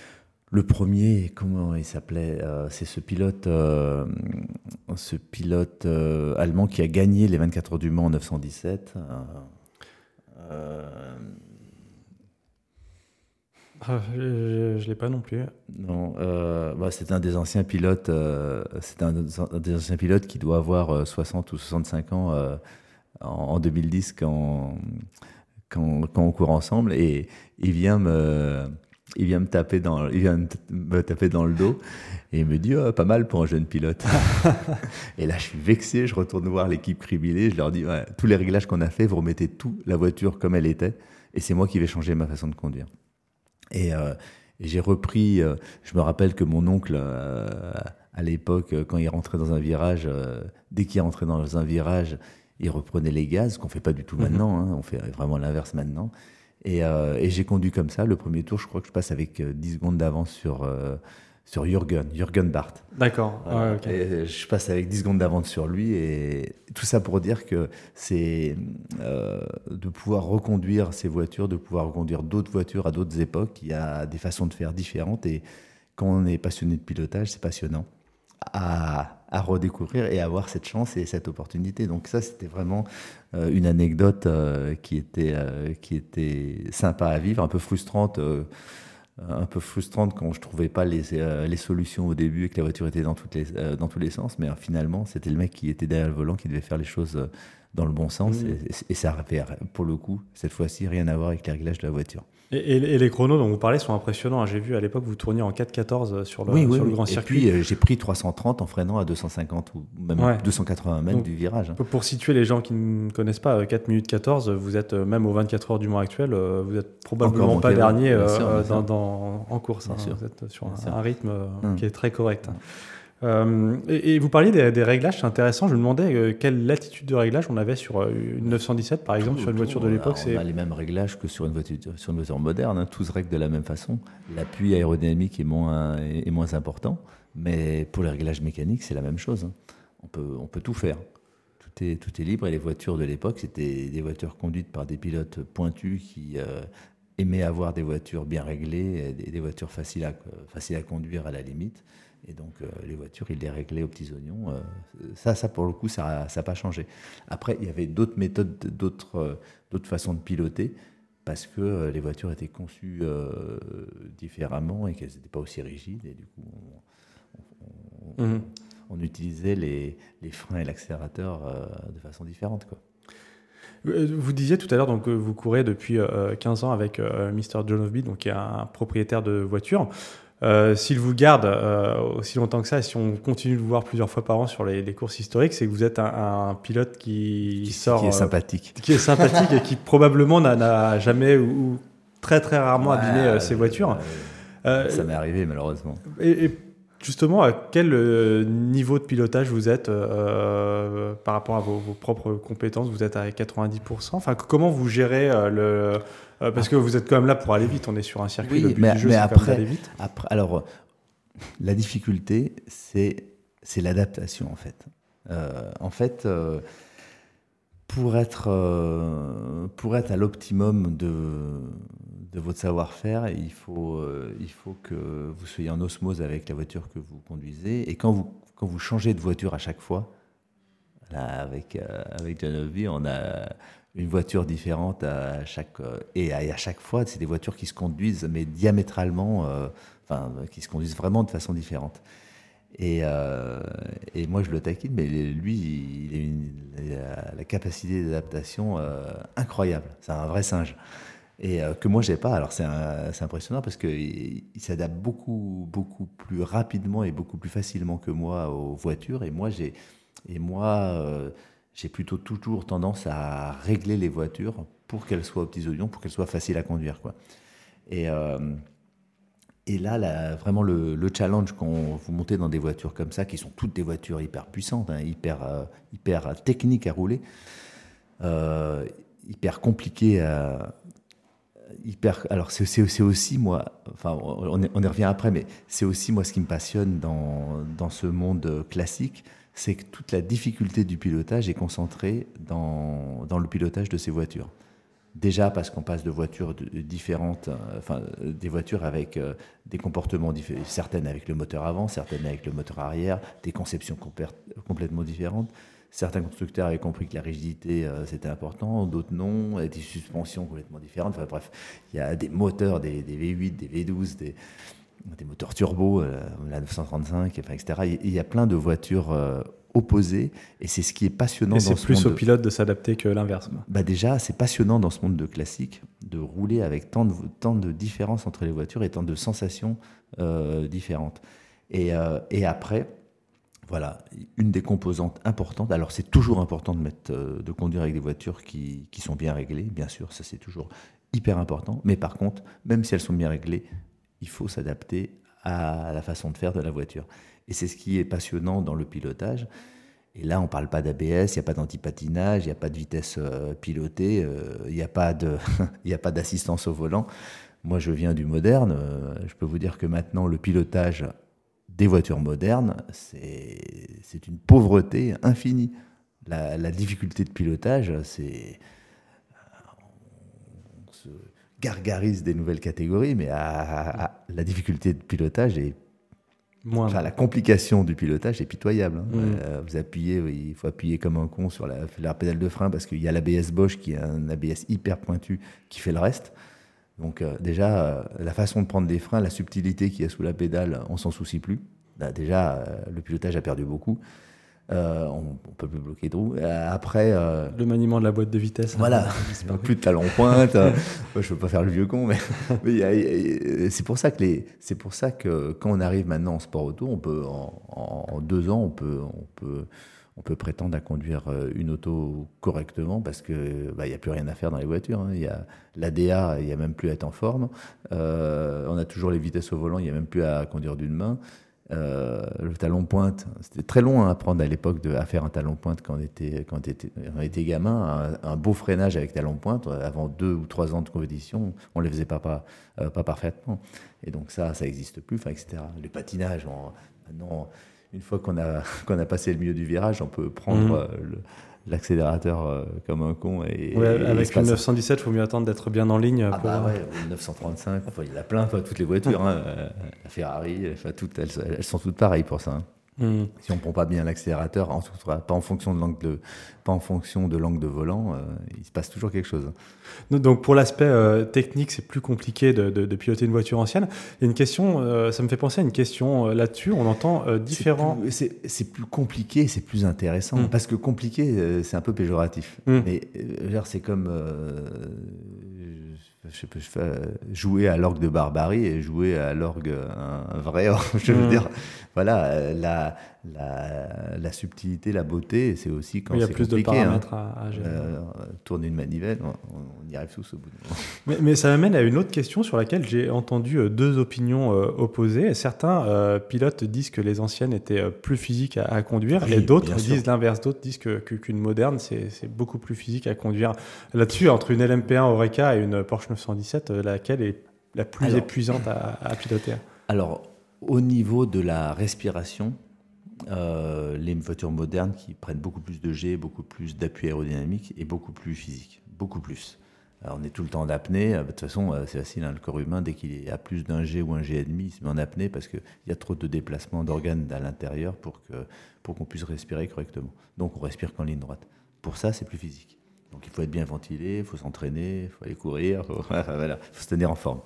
Le premier, comment il s'appelait euh, C'est ce pilote, euh, ce pilote euh, allemand qui a gagné les vingt-quatre heures du Mans en neuf cent dix-sept. Euh, euh, Ah, je ne l'ai pas non plus. non, euh, bah, c'est un des anciens pilotes. Euh, c'est un, un des anciens pilotes qui doit avoir euh, soixante ou soixante-cinq ans euh, en, en deux mille dix quand, quand, quand on court ensemble. Et il vient me, il vient me taper dans, il vient me taper dans le dos et il me dit oh, pas mal pour un jeune pilote. Et là, je suis vexé. Je retourne voir l'équipe criblée. Je leur dis ouais, tous les réglages qu'on a fait, vous remettez tout la voiture comme elle était, et c'est moi qui vais changer ma façon de conduire. Et, euh, et j'ai repris, euh, je me rappelle que mon oncle, euh, à l'époque, quand il rentrait dans un virage, euh, dès qu'il rentrait dans un virage, il reprenait les gaz, ce qu'on ne fait pas du tout maintenant, hein, on fait vraiment l'inverse maintenant. Et, euh, et j'ai conduit comme ça. Le premier tour, je crois que je passe avec dix secondes d'avance sur, euh, sur Jürgen, Jürgen Barth. D'accord. Voilà. Ouais, okay. Et je passe avec dix secondes d'avance sur lui. Et tout ça pour dire que c'est euh, de pouvoir reconduire ces voitures, de pouvoir reconduire d'autres voitures à d'autres époques. Il y a des façons de faire différentes. Et quand on est passionné de pilotage, c'est passionnant à, à redécouvrir et avoir cette chance et cette opportunité. Donc ça, c'était vraiment euh, une anecdote euh, qui, était, euh, qui était sympa à vivre, un peu frustrante. Euh, un peu frustrante quand je trouvais pas les, euh, les solutions au début et que la voiture était dans, toutes les, euh, dans tous les sens, mais euh, finalement c'était le mec qui était derrière le volant qui devait faire les choses euh, dans le bon sens. Mmh. et, et ça avait pour le coup cette fois-ci rien à voir avec les réglages de la voiture. Et, et, et les chronos dont vous parlez sont impressionnants. J'ai vu à l'époque vous tourniez en quatre quatorze sur le, oui, sur oui, le oui. grand et circuit. Et puis euh, j'ai pris trois cent trente en freinant à deux cent cinquante ou même ouais. deux cent quatre-vingts mètres Donc, du virage. Hein. Pour situer les gens qui ne connaissent pas, quatre minutes quatorze, vous êtes même aux vingt-quatre heures du Mans actuel, vous êtes probablement pas dernier euh, sûr, dans, dans, en course. Hein. Vous êtes sur un, un rythme hum. qui est très correct. Hum. Euh, et, et vous parliez des, des réglages, c'est intéressant. Je me demandais euh, quelle latitude de réglage on avait sur euh, une neuf cent dix-sept, par exemple, tout, sur une voiture tout, de l'époque. On c'est... a les mêmes réglages que sur une voiture, sur une voiture moderne. Hein. Tout se règle de la même façon. L'appui aérodynamique est moins, est, est moins important, mais pour les réglages mécaniques, c'est la même chose. Hein. On peut, on peut tout faire. Tout est, tout est libre. Et les voitures de l'époque, c'était des voitures conduites par des pilotes pointus qui euh, aimaient avoir des voitures bien réglées, des, des voitures faciles à, faciles à conduire à la limite. Et donc, euh, les voitures, ils les réglaient aux petits oignons. Euh, ça, ça, pour le coup, ça n'a pas changé. Après, il y avait d'autres méthodes, d'autres, euh, d'autres façons de piloter, parce que euh, les voitures étaient conçues euh, différemment et qu'elles n'étaient pas aussi rigides. Et du coup, on, on, mmh. on utilisait les, les freins et l'accélérateur euh, de façon différente, quoi. Vous disiez tout à l'heure donc, que vous courez depuis euh, quinze ans avec euh, mister John Ofby, donc, qui est un propriétaire de voitures. Euh, s'il vous garde euh, aussi longtemps que ça, et si on continue de vous voir plusieurs fois par an sur les, les courses historiques, c'est que vous êtes un, un pilote qui, qui sort... Qui est sympathique. Euh, qui est sympathique et qui probablement n'a, n'a jamais ou, ou très très rarement ouais, abîmé euh, ses voitures. Euh, ça m'est arrivé malheureusement. Et, et justement, à quel euh, niveau de pilotage vous êtes euh, par rapport à vos, vos propres compétences? Vous êtes à quatre-vingt-dix pour cent. Enfin, comment vous gérez euh, le... Euh, parce que vous êtes quand même là pour aller vite, on est sur un circuit, oui, le but mais, du jeu, mais c'est après, quand même d'aller vite. Après, alors, la difficulté, c'est, c'est l'adaptation, en fait. Euh, en fait, euh, pour, être, euh, pour être à l'optimum de, de votre savoir-faire, il faut, euh, il faut que vous soyez en osmose avec la voiture que vous conduisez. Et quand vous, quand vous changez de voiture à chaque fois, là, avec, euh, avec John Ofby, on a... une voiture différente à chaque et à, et à chaque fois, c'est des voitures qui se conduisent mais diamétralement, euh, enfin qui se conduisent vraiment de façon différente. Et, euh, et moi je le taquine, mais lui il a, une, il a la capacité d'adaptation euh, incroyable. C'est un vrai singe et euh, que moi j'ai pas. Alors c'est, un, c'est impressionnant parce que il, il s'adapte beaucoup beaucoup plus rapidement et beaucoup plus facilement que moi aux voitures. Et moi j'ai et moi euh, j'ai plutôt toujours tendance à régler les voitures pour qu'elles soient aux petits oignons, pour qu'elles soient faciles à conduire, quoi. Et, euh, et là, là, vraiment, le, le challenge quand vous montez dans des voitures comme ça, qui sont toutes des voitures hyper puissantes, hein, hyper, euh, hyper techniques à rouler, euh, hyper compliquées à... Hyper, alors c'est, c'est, c'est aussi moi, enfin on, on y revient après, mais c'est aussi moi ce qui me passionne dans, dans ce monde classique, c'est que toute la difficulté du pilotage est concentrée dans, dans le pilotage de ces voitures. Déjà parce qu'on passe de voitures de, de différentes, euh, enfin des voitures avec euh, des comportements différents, certaines avec le moteur avant, certaines avec le moteur arrière, des conceptions compl- complètement différentes. Certains constructeurs avaient compris que la rigidité euh, c'était important, d'autres non, des suspensions complètement différentes. Enfin bref, il y a des moteurs, des, des V huit, des V douze, des, des moteurs turbo, euh, la neuf cent trente-cinq, enfin, et cetera. Il y a plein de voitures euh, opposées, et c'est ce qui est passionnant et dans ce monde. c'est plus au de... pilote de s'adapter que l'inverse. Bah déjà, c'est passionnant dans ce monde de classique de rouler avec tant de, tant de différences entre les voitures et tant de sensations euh, différentes. Et, euh, et après, voilà, une des composantes importantes. Alors c'est toujours important de, mettre, euh, de conduire avec des voitures qui, qui sont bien réglées, bien sûr, ça c'est toujours hyper important. Mais par contre, même si elles sont bien réglées, il faut s'adapter à la façon de faire de la voiture. Et c'est ce qui est passionnant dans le pilotage. Et là, on ne parle pas d'A B S, il n'y a pas d'antipatinage, il n'y a pas de vitesse euh, pilotée, euh, il n'y a pas de, il n'y a pas d'assistance au volant. Moi, je viens du moderne. Euh, je peux vous dire que maintenant, le pilotage des voitures modernes, c'est, c'est une pauvreté infinie. La, la difficulté de pilotage, c'est... On se gargarise des nouvelles catégories, mais à, à, à, la difficulté de pilotage est... Moins. Enfin, la complication du pilotage est pitoyable. Hein. Mmh. Euh, vous appuyez, oui, il faut appuyer comme un con sur la, la pédale de frein parce qu'il y a l'A B S Bosch qui est un A B S hyper pointu qui fait le reste. Donc euh, déjà, euh, la façon de prendre des freins, la subtilité qu'il y a sous la pédale, on s'en soucie plus. Là, déjà, euh, le pilotage a perdu beaucoup. Euh, on ne peut plus bloquer de roues. Euh, après... Euh, le maniement de la boîte de vitesse. Voilà, hein, plus de talons-pointe. euh, je ne veux pas faire le vieux con, mais, mais y a, y a, c'est, pour ça que les, c'est pour ça que quand on arrive maintenant en sport auto, on peut, en, en, en deux ans, on peut... On peut on peut prétendre à conduire une auto correctement parce qu'il bah, n'y a plus rien à faire dans les voitures. Hein. Il y a l'A D A, il n'y a même plus à être en forme. Euh, on a toujours les vitesses au volant, il n'y a même plus à conduire d'une main. Euh, le talon-pointe, c'était très long hein, à apprendre à l'époque de, à faire un talon-pointe quand on était, quand on était, on était gamin. Un, un beau freinage avec talon-pointe, avant deux ou trois ans de compétition, on ne les faisait pas, pas, euh, pas parfaitement. Et donc ça, ça n'existe plus, et cetera. Le patinage, on, maintenant... Une fois qu'on a, qu'on a passé le milieu du virage, on peut prendre mmh. euh, le, l'accélérateur euh, comme un con. Et, ouais, et avec une neuf cent dix-sept, il faut mieux attendre d'être bien en ligne. Ah pour... bah ouais, une neuf cent trente-cinq, enfin, il y en a plein, enfin, toutes les voitures. Hein, la Ferrari, enfin, toutes, elles, elles sont toutes pareilles pour ça. Hein. Mmh. Si on ne prend pas bien l'accélérateur, en tout cas, pas en fonction de l'angle de, pas en fonction de l'angle de volant, euh, il se passe toujours quelque chose. Donc pour l'aspect euh, technique, c'est plus compliqué de, de, de piloter une voiture ancienne. Il y a une question, euh, ça me fait penser à une question euh, là-dessus. On entend euh, différents. C'est plus, c'est, c'est plus compliqué, c'est plus intéressant. Mmh. Parce que compliqué, euh, c'est un peu péjoratif. Mmh. Mais euh, genre, c'est comme. Euh, je sais pas, je fais, jouer à l'orgue de Barbarie et jouer à l'orgue un, un vrai orgue. Je veux mmh. dire, voilà, la, la, la subtilité, la beauté, c'est aussi quand c'est compliqué. Il y a plus de paramètres hein. à, à gérer. Euh, tourner une manivelle, on, on y arrive tous au bout du moment. Mais, mais ça m'amène à une autre question sur laquelle j'ai entendu deux opinions euh, opposées. Certains euh, pilotes disent que les anciennes étaient euh, plus physiques à, à conduire, oui, et d'autres disent sûr. l'inverse. D'autres disent que, que, qu'une moderne, c'est, c'est beaucoup plus physique à conduire. Là-dessus, entre une L M P un Oreca et une Porsche neuf cent dix-sept, laquelle est la plus alors, épuisante à, à piloter? Alors, au niveau de la respiration, euh, les voitures modernes qui prennent beaucoup plus de G, beaucoup plus d'appui aérodynamique et beaucoup plus physique, beaucoup plus. Alors, on est tout le temps en apnée. De toute façon, c'est facile, hein, le corps humain, dès qu'il est à plus d'un G ou un G et demi, il se met en apnée parce qu'il y a trop de déplacements d'organes à l'intérieur pour, que, pour qu'on puisse respirer correctement. Donc, on respire qu'en ligne droite. Pour ça, c'est plus physique. Donc, il faut être bien ventilé, il faut s'entraîner, il faut aller courir, il faut, voilà, faut se tenir en forme.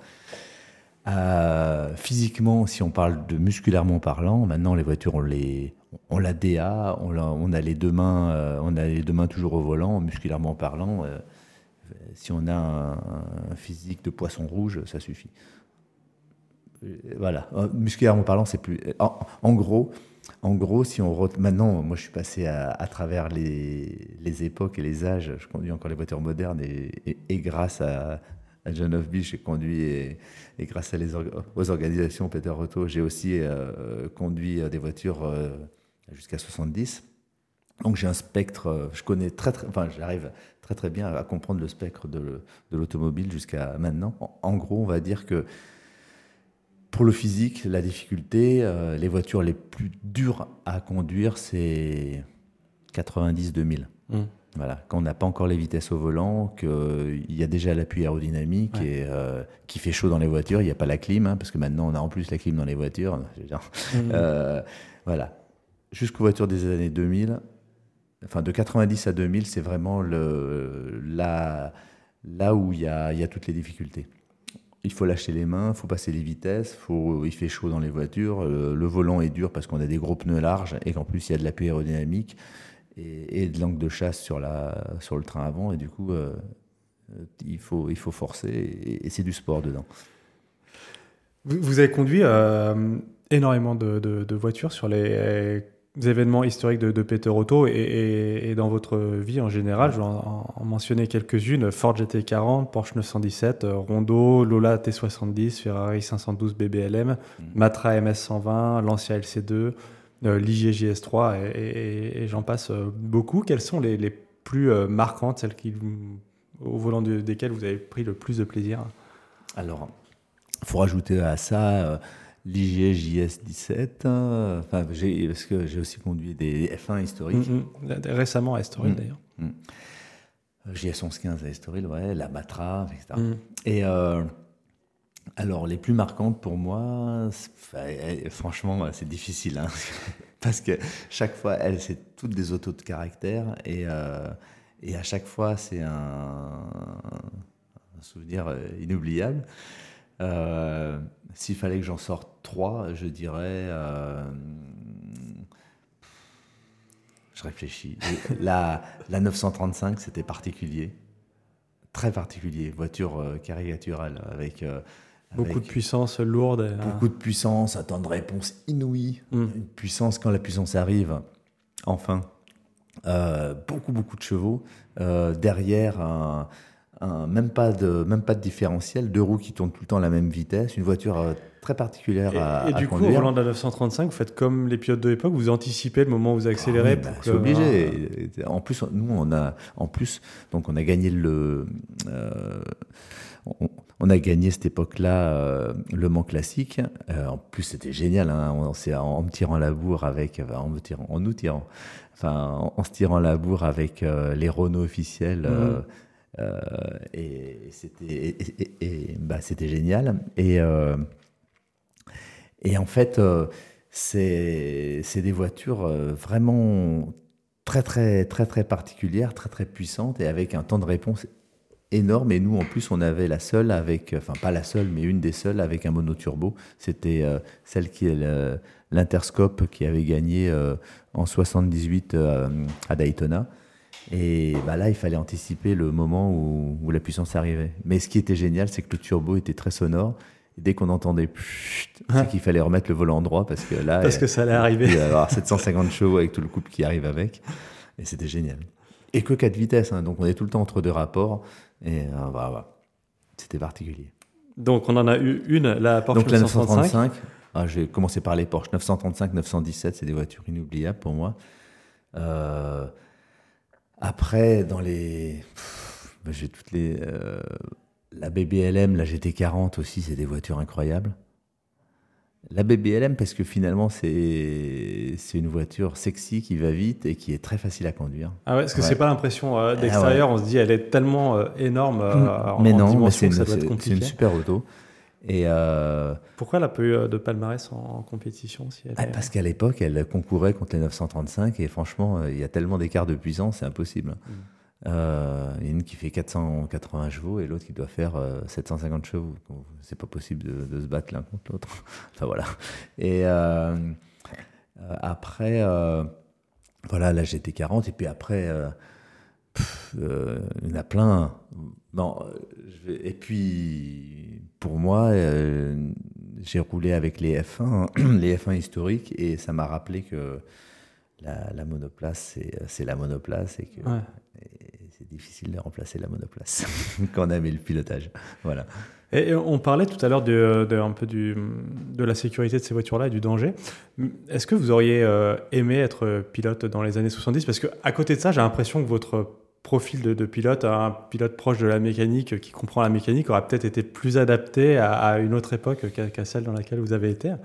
Euh, physiquement, si on parle de musculairement parlant, maintenant, les voitures, on, les, on l'a D A, on, l'a, on, a les deux mains, euh, on a les deux mains toujours au volant, musculairement parlant. Euh, si on a un, un physique de poisson rouge, ça suffit. Voilà, musculairement parlant, c'est plus... En, en gros... En gros, si on re... maintenant, moi je suis passé à, à travers les, les époques et les âges, je conduis encore les voitures modernes et, et, et grâce à, à John of Beach, j'ai conduit et, et grâce à les or... aux organisations Peter Auto, j'ai aussi euh, conduit des voitures euh, jusqu'à soixante-dix. Donc j'ai un spectre, je connais très très, enfin j'arrive très très bien à comprendre le spectre de, de l'automobile jusqu'à maintenant. En, en gros, on va dire que pour le physique, la difficulté, euh, les voitures les plus dures à conduire, c'est quatre-vingt-dix deux mille. Mmh. Voilà, quand on n'a pas encore les vitesses au volant, qu'il y a déjà l'appui aérodynamique ouais. et euh, qu'il fait chaud dans les voitures, il n'y a pas la clim, hein, parce que maintenant on a en plus la clim dans les voitures. Mmh. Euh, voilà, jusqu'aux voitures des années deux mille, enfin de quatre-vingt-dix à deux mille, c'est vraiment le, la, là où il y a, il y a toutes les difficultés. Il faut lâcher les mains, il faut passer les vitesses, faut, il fait chaud dans les voitures, le, le volant est dur parce qu'on a des gros pneus larges et qu'en plus il y a de l'appui aérodynamique. Et, et de l'angle de chasse sur, la, sur le train avant, et du coup, euh, il, faut, il faut forcer, et, et c'est du sport dedans. Vous, vous avez conduit euh, énormément de, de, de voitures sur les, euh, les événements historiques de, de Peter Otto, et, et, et dans votre vie en général, je vais en, en mentionner quelques-unes: Ford G T quarante, Porsche neuf cent dix-sept, Rondo, Lola T soixante-dix, Ferrari cinq cent douze B B L M, mmh. Matra M S cent vingt, Lancia L C deux, Euh, l'I G J S trois et, et, et j'en passe euh, beaucoup. Quelles sont les, les plus euh, marquantes, celles qui, au volant de, desquelles vous avez pris le plus de plaisir? Alors, il faut rajouter à ça euh, l'I G J S dix-sept, euh, enfin, j'ai, parce que j'ai aussi conduit des F un historiques. Mm-hmm. Récemment à Estoril, mm-hmm. d'ailleurs. Mm-hmm. J S onze quinze à Estoril, ouais, la Matra, et cetera. Mm-hmm. Et... Euh, Alors, les plus marquantes pour moi, franchement, c'est difficile, hein, parce que chaque fois, elles, c'est toutes des autos de caractère, et, euh, et à chaque fois, c'est un, un souvenir inoubliable. Euh, s'il fallait que j'en sorte trois, je dirais... Euh, je réfléchis. La, la neuf cent trente-cinq, c'était particulier, très particulier, voiture euh, caricaturale, avec... Euh, Beaucoup Avec de puissance lourde. Et beaucoup de puissance, un temps de réponse inouï. Mm. Une puissance, quand la puissance arrive, enfin, euh, beaucoup, beaucoup de chevaux. Euh, derrière, un, un, même, pas de, même pas de différentiel, deux roues qui tournent tout le temps à la même vitesse. Une voiture euh, très particulière et, à, et à du conduire. coup, au volant de la neuf cent trente-cinq, vous faites comme les pilotes de l'époque, vous anticipez le moment où vous accélérez. Ah oui, pour bah, que... C'est obligé. Ah. En plus, nous, on a, en plus, donc on a gagné le... Euh, on, On a gagné cette époque-là euh, le Mans classique. Euh, en plus, c'était génial. Hein. On, on, en me tirant la bourre avec, enfin, en, me tirant, en nous tirant, enfin, en, en se tirant la bourre avec euh, les Renault officiels. Euh, mmh. euh, et c'était, et, et, et, bah, c'était génial. Et, euh, et en fait, euh, c'est, c'est des voitures euh, vraiment très, très, très, très particulières, très, très puissantes et avec un temps de réponse énorme. Et nous, en plus, on avait la seule avec, enfin pas la seule, mais une des seules avec un monoturbo. C'était euh, celle qui est le, l'Interscope qui avait gagné euh, en soixante-dix-huit euh, à Daytona. Et bah là, il fallait anticiper le moment où, où la puissance arrivait. Mais ce qui était génial, c'est que le turbo était très sonore. Et dès qu'on entendait pfft, c'est qu'il fallait remettre le volant droit parce que là, parce que ça allait arriver. Il y avait sept cent cinquante chevaux avec tout le couple qui arrive avec. Et c'était génial. Et que quatre vitesses, hein, donc on est tout le temps entre deux rapports. Et euh, bah, bah, c'était particulier. Donc on en a eu une, la Porsche donc, neuf cent trente-cinq. neuf cent trente-cinq, ah, j'ai commencé par les Porsche neuf cent trente-cinq, neuf cent dix-sept, c'est des voitures inoubliables pour moi. Euh, après, dans les... Pff, bah, j'ai toutes les... Euh, la B B L M, la G T quarante aussi, c'est des voitures incroyables. La B B L M, parce que finalement, c'est, c'est une voiture sexy qui va vite et qui est très facile à conduire. Ah ouais, parce que ouais. c'est pas l'impression euh, d'extérieur, ah ouais. On se dit elle est tellement euh, énorme euh, mais en, non, en dimension mais c'est que ça une, doit être compliqué. C'est une super auto. Et euh... Pourquoi elle n'a pas eu de palmarès en, en compétition si elle ah, est... Parce qu'à l'époque, elle concourait contre les neuf cent trente-cinq et franchement, il y a tellement d'écart de puissance, c'est impossible. Mm. Euh, il y en a une qui fait quatre cent quatre-vingts chevaux et l'autre qui doit faire euh, sept cent cinquante chevaux. C'est pas possible de, de se battre l'un contre l'autre. Enfin voilà. Et euh, euh, après, euh, voilà, la G T quarante. Et puis après, euh, pff, euh, il y en a plein. Bon, je vais, et puis, pour moi, euh, j'ai roulé avec les F un, les F un historiques, et ça m'a rappelé que la, la monoplace, c'est, c'est la monoplace et que. Ouais. Et c'est difficile de remplacer la monoplace quand on a mis le pilotage. Voilà. Et on parlait tout à l'heure de, de, un peu du, de la sécurité de ces voitures-là et du danger. Est-ce que vous auriez euh, aimé être pilote dans les années soixante-dix ? Parce qu'à côté de ça, j'ai l'impression que votre profil de, de pilote, un pilote proche de la mécanique, qui comprend la mécanique, aurait peut-être été plus adapté à, à une autre époque qu'à, qu'à celle dans laquelle vous avez été.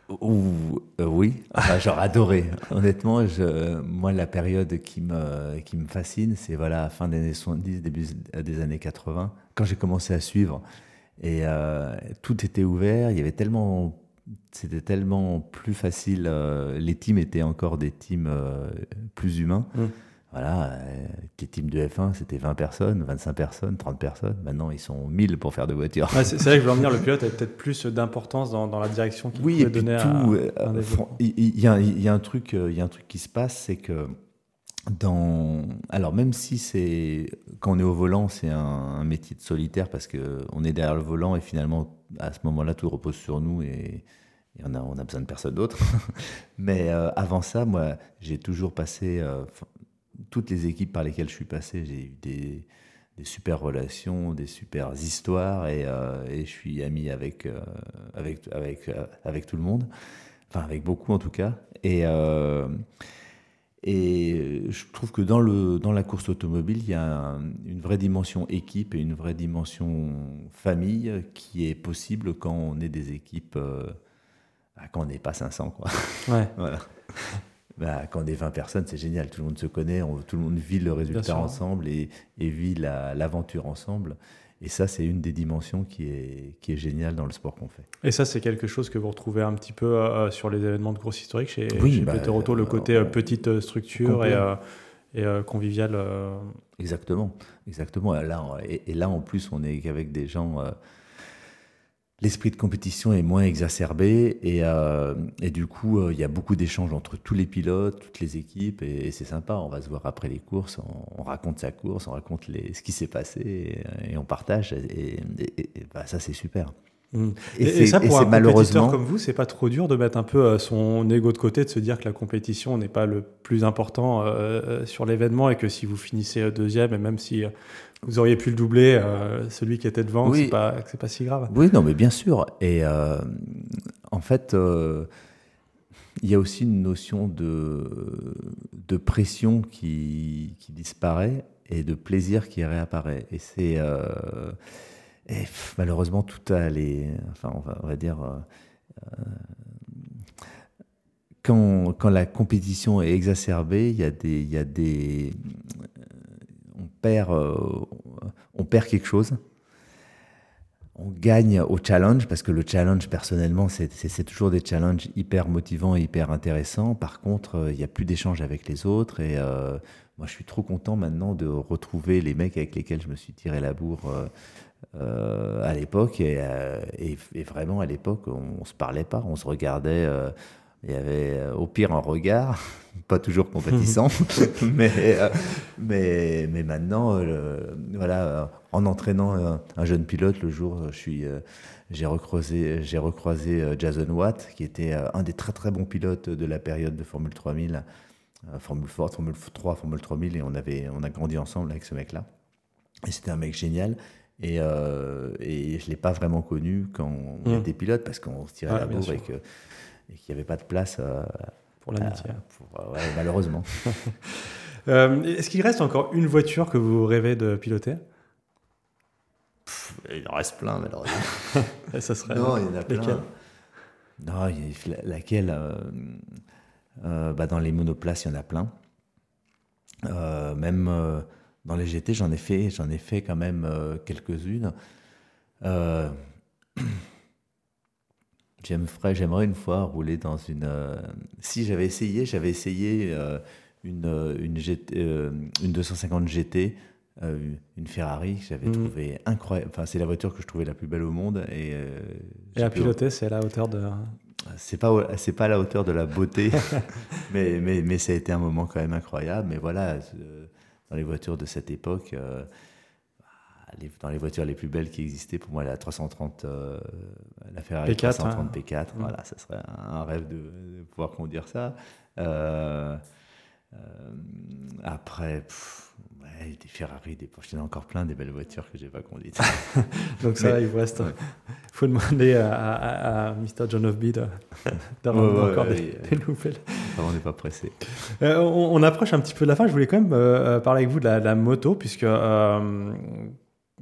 Ou, euh, oui, enfin, genre adoré. Honnêtement, je, moi, la période qui me, qui me fascine, c'est voilà, la fin des années soixante-dix, début des années quatre-vingts, quand j'ai commencé à suivre. Et euh, tout était ouvert, il y avait tellement, c'était tellement plus facile. Euh, les teams étaient encore des teams euh, plus humains. Mm. Voilà, euh, les teams de F un, c'était vingt personnes, vingt-cinq personnes, trente personnes. Maintenant, ils sont mille pour faire de voitures. Ouais, c'est, c'est vrai que je veux en venir, le pilote a peut-être plus d'importance dans, dans la direction qu'il Oui, pouvait et puis donner tout, à, à un euh, développement. il il y, a, il y a un truc, euh, il y a un truc qui se passe, c'est que dans, alors même si c'est, quand on est au volant, c'est un, un métier de solitaire parce que on est derrière le volant et finalement à ce moment-là tout repose sur nous et, et on a, on a besoin de personne d'autre. Mais euh, avant ça, moi, j'ai toujours passé, euh, toutes les équipes par lesquelles je suis passé, j'ai eu des, des super relations, des super histoires et, euh, et je suis ami avec, euh, avec, avec, euh, avec tout le monde, enfin avec beaucoup en tout cas. Et, euh, et je trouve que dans, le, dans la course automobile, il y a un, une vraie dimension équipe et une vraie dimension famille qui est possible quand on est des équipes, euh, quand on n'est pas cinq cents, quoi. Ouais. Voilà. Bah, quand on est vingt personnes, c'est génial. Tout le monde se connaît, on, tout le monde vit le résultat ensemble et, et vit la, l'aventure ensemble. Et ça, c'est une des dimensions qui est, qui est géniale dans le sport qu'on fait. Et ça, c'est quelque chose que vous retrouvez un petit peu euh, sur les événements de course historique chez, oui, chez bah, Peter Auto, le côté euh, euh, petite structure et, euh, et euh, convivial. Euh... Exactement, exactement. Là, et, et là, en plus, on est avec des gens... Euh, l'esprit de compétition est moins exacerbé et, euh, et du coup, il euh, y a beaucoup d'échanges entre tous les pilotes, toutes les équipes et, et c'est sympa. On va se voir après les courses, on, on raconte sa course, on raconte les, ce qui s'est passé et, et on partage et, et, et bah, ça, c'est super. Mmh. Et, et, et ça, pour un compétiteur malheureusement... comme vous, c'est pas trop dur de mettre un peu son ego de côté, de se dire que la compétition n'est pas le plus important euh, sur l'événement et que si vous finissez deuxième, et même si vous auriez pu le doubler, euh, celui qui était devant, oui. c'est pas, c'est pas si grave. Oui, non, mais bien sûr. Et euh, en fait, euh, il y a aussi une notion de, de pression qui, qui disparaît et de plaisir qui réapparaît. Et c'est... Euh, Et pff, malheureusement, tout a les, enfin, on va, on va dire, euh, quand, quand la compétition est exacerbée, il y a des, il y a des, on perd, euh, on perd quelque chose. On gagne au challenge parce que le challenge, personnellement, c'est, c'est, c'est toujours des challenges hyper motivants et hyper intéressants. Par contre, euh, il n'y a plus d'échange avec les autres et euh, moi, je suis trop content maintenant de retrouver les mecs avec lesquels je me suis tiré la bourre. Euh, Euh, à l'époque et, euh, et, et vraiment à l'époque on, on se parlait pas, on se regardait, euh, il y avait euh, au pire un regard, pas toujours compétissant, mais, euh, mais mais maintenant euh, voilà, euh, en entraînant un, un jeune pilote le jour, je suis euh, j'ai recroisé j'ai recroisé euh, Jason Watt qui était euh, un des très très bons pilotes de la période de Formule trois mille, euh, Formule Ford, Formule trois, Formule trois mille et on avait on a grandi ensemble avec ce mec là et c'était un mec génial. Et, euh, et je ne l'ai pas vraiment connu quand on mmh. était pilote parce qu'on se tirait ah, la bourre et, que, et qu'il n'y avait pas de place euh, pour l'amitié. Euh, ouais, malheureusement. euh, est-ce qu'il reste encore une voiture que vous rêvez de piloter ? Pff, il en reste plein, malheureusement. Et ça serait non, il y en a plein. Lesquelles ? Non, il y a, laquelle euh, euh, bah, dans les monoplaces, il y en a plein. Euh, même... Euh, Dans les G T, j'en ai fait, j'en ai fait quand même euh, quelques-unes. Euh, j'aimerais, j'aimerais une fois rouler dans une. Euh, si j'avais essayé, j'avais essayé euh, une une, G T, euh, une deux cent cinquante G T, euh, une Ferrari que j'avais mmh. trouvé incroyable. Enfin, c'est la voiture que je trouvais la plus belle au monde et. Euh, et à piloter, c'est à la hauteur de. C'est pas, c'est pas à la hauteur de la beauté, mais, mais, mais ça a été un moment quand même incroyable. Mais voilà. Euh, Dans les voitures de cette époque, euh, les, dans les voitures les plus belles qui existaient, pour moi, la trois cent trente, euh, la Ferrari P quatre, trois cent trente hein. P quatre, mmh. voilà, ça serait un, un rêve de, de pouvoir conduire ça. Euh, euh, après, pff, ouais, des Ferrari, des Porsche, il y en a encore plein des belles voitures que j'ai pas conduites. Donc ça, mais, il vous reste. Il ouais. faut demander à, à, à mister John Ofby de, de ramener ouais, encore ouais, des, ouais, des nouvelles. On n'est pas pressé. Euh, on, on approche un petit peu de la fin. Je voulais quand même euh, parler avec vous de la, de la moto, puisque euh,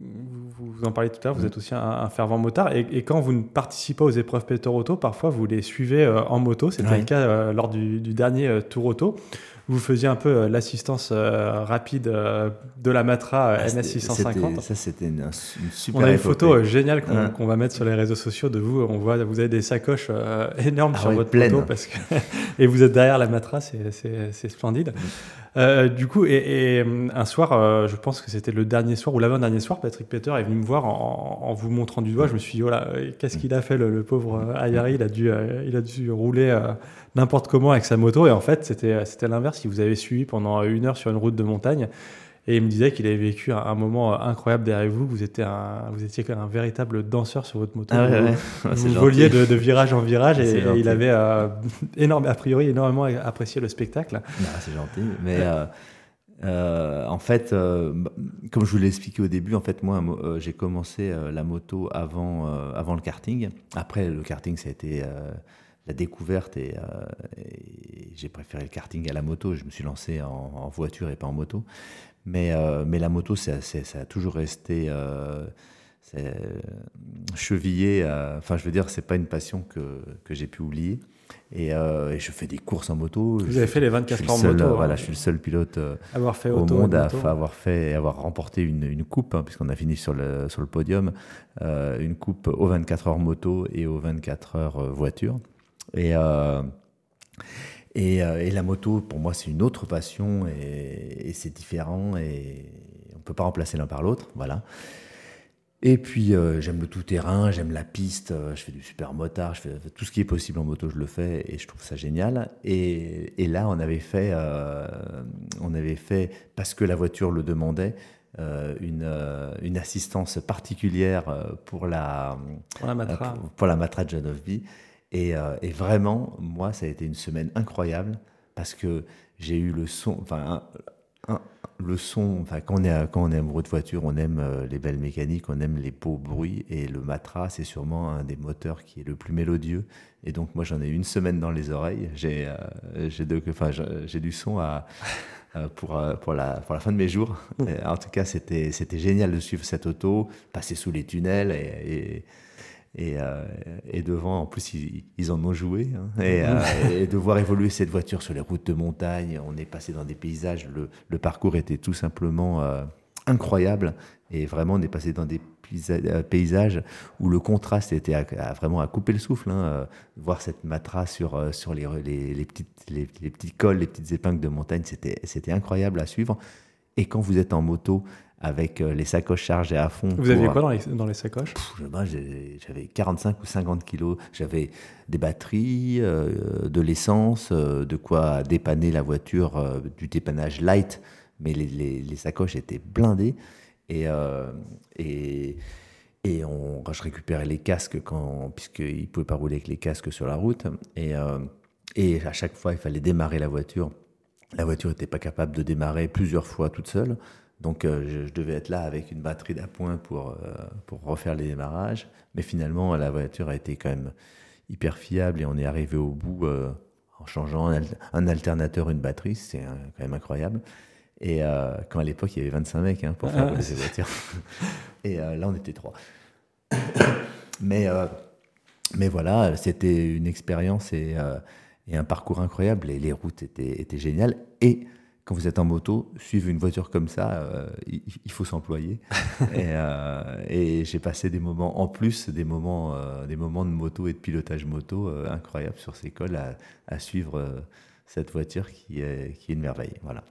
vous, vous en parliez tout à l'heure, vous êtes aussi un, un fervent motard. Et, et quand vous ne participez pas aux épreuves Peter Auto, parfois vous les suivez euh, en moto. C'était ouais. le cas euh, lors du, du dernier euh, Tour Auto. Vous faisiez un peu euh, l'assistance euh, rapide euh, de la Matra euh, ah, M S six cent cinquante. Ça, c'était une, une super On a une épopée. photo euh, géniale qu'on, hein. qu'on va mettre sur les réseaux sociaux de vous. On voit, vous avez des sacoches euh, énormes ah sur ouais, votre pleine. moto parce que et vous êtes derrière la Matra, c'est, c'est, c'est splendide. Mmh. Euh, du coup, et, et un soir, euh, je pense que c'était le dernier soir ou l'avant-dernier soir, Patrick Peter est venu me voir en, en vous montrant du doigt. Je me suis dit, oh là, qu'est-ce qu'il a fait, le, le pauvre euh, Ayari, il a dû, euh, il a dû rouler euh, n'importe comment avec sa moto. Et en fait, c'était, c'était l'inverse. Il vous avait suivi pendant une heure sur une route de montagne. Et il me disait qu'il avait vécu un, un moment incroyable derrière vous. Vous étiez, un, vous étiez comme un véritable danseur sur votre moto. Ah ouais, vous ouais. vous, vous voliez de, de virage en virage et, et il avait euh, énorme, a priori énormément apprécié le spectacle. Non, c'est gentil. Mais euh, euh, en fait, euh, comme je vous l'ai expliqué au début, en fait, moi, euh, j'ai commencé euh, la moto avant, euh, avant le karting. Après, le karting, ça a été euh, la découverte et, euh, et j'ai préféré le karting à la moto. Je me suis lancé en, en voiture et pas en moto. Mais, euh, mais la moto, c'est, c'est, ça a toujours resté euh, c'est, euh, chevillé. Euh, enfin, je veux dire, c'est pas une passion que, que j'ai pu oublier. Et, euh, et je fais des courses en moto. Vous je, avez fait les vingt-quatre heures en seul, moto. Euh, voilà, hein. Je suis le seul pilote euh, avoir fait au auto monde à moto. avoir fait, avoir remporté une, une coupe, hein, puisqu'on a fini sur le, sur le podium, euh, une coupe aux vingt-quatre heures moto et aux vingt-quatre heures euh, voiture. Et euh, Et, euh, et la moto, pour moi, c'est une autre passion et, et c'est différent et on ne peut pas remplacer l'un par l'autre, voilà. Et puis, euh, j'aime le tout-terrain, j'aime la piste, euh, je fais du super motard, je fais tout ce qui est possible en moto, je le fais et je trouve ça génial. Et, et là, on avait fait, euh, on avait fait, parce que la voiture le demandait, euh, une, euh, une assistance particulière pour la, pour la Matra, pour, pour la Matra de John Ofby. Et, euh, et vraiment, moi, ça a été une semaine incroyable parce que j'ai eu le son, enfin, un, un, le son, enfin, quand on est, quand on est amoureux de voiture, on aime euh, les belles mécaniques, on aime les beaux bruits et le Matra, c'est sûrement un des moteurs qui est le plus mélodieux. Et donc, moi, j'en ai une semaine dans les oreilles. J'ai, euh, j'ai, de, enfin, j'ai du son à, euh, pour, euh, pour, la, pour la fin de mes jours. Et en tout cas, c'était, c'était génial de suivre cette auto, passer sous les tunnels et, et Et, euh, et devant, en plus, ils, ils en ont joué. Hein, et, euh, et de voir évoluer cette voiture sur les routes de montagne, on est passé dans des paysages. Le, le parcours était tout simplement euh, incroyable. Et vraiment, on est passé dans des paysages où le contraste était à, à vraiment à couper le souffle. Hein, euh, voir cette Matra sur, sur les, les, les, petites, les, les petits cols, les petites épingles de montagne, c'était, c'était incroyable à suivre. Et quand vous êtes en moto, avec les sacoches chargées à fond. Vous aviez quoi dans les, dans les sacoches ? Pff, ben, j'avais quarante-cinq ou cinquante kilos. J'avais des batteries, euh, de l'essence, euh, de quoi dépanner la voiture, euh, du dépannage light. Mais les, les, les sacoches étaient blindées. Et, euh, et, et on, je récupérais les casques, quand, puisqu'ils ne pouvaient pas rouler avec les casques sur la route. Et, euh, et à chaque fois, il fallait démarrer la voiture. La voiture n'était pas capable de démarrer plusieurs fois toute seule. Donc, euh, je, je devais être là avec une batterie d'appoint pour, euh, pour refaire les démarrages. Mais finalement, la voiture a été quand même hyper fiable et on est arrivé au bout euh, en changeant un, un alternateur, une batterie. C'est un, quand même incroyable. Et euh, quand à l'époque, il y avait vingt-cinq mecs hein, pour faire rouler ces voitures. Et euh, là, on était trois. mais, euh, mais voilà, c'était une expérience et, euh, et un parcours incroyable. Et les routes étaient, étaient géniales. Et quand vous êtes en moto, suivre une voiture comme ça, euh, il, il faut s'employer. et, euh, et j'ai passé des moments, en plus, des moments, euh, des moments de moto et de pilotage moto euh, incroyables sur ces cols à, à suivre euh, cette voiture qui est, qui est une merveille. Voilà.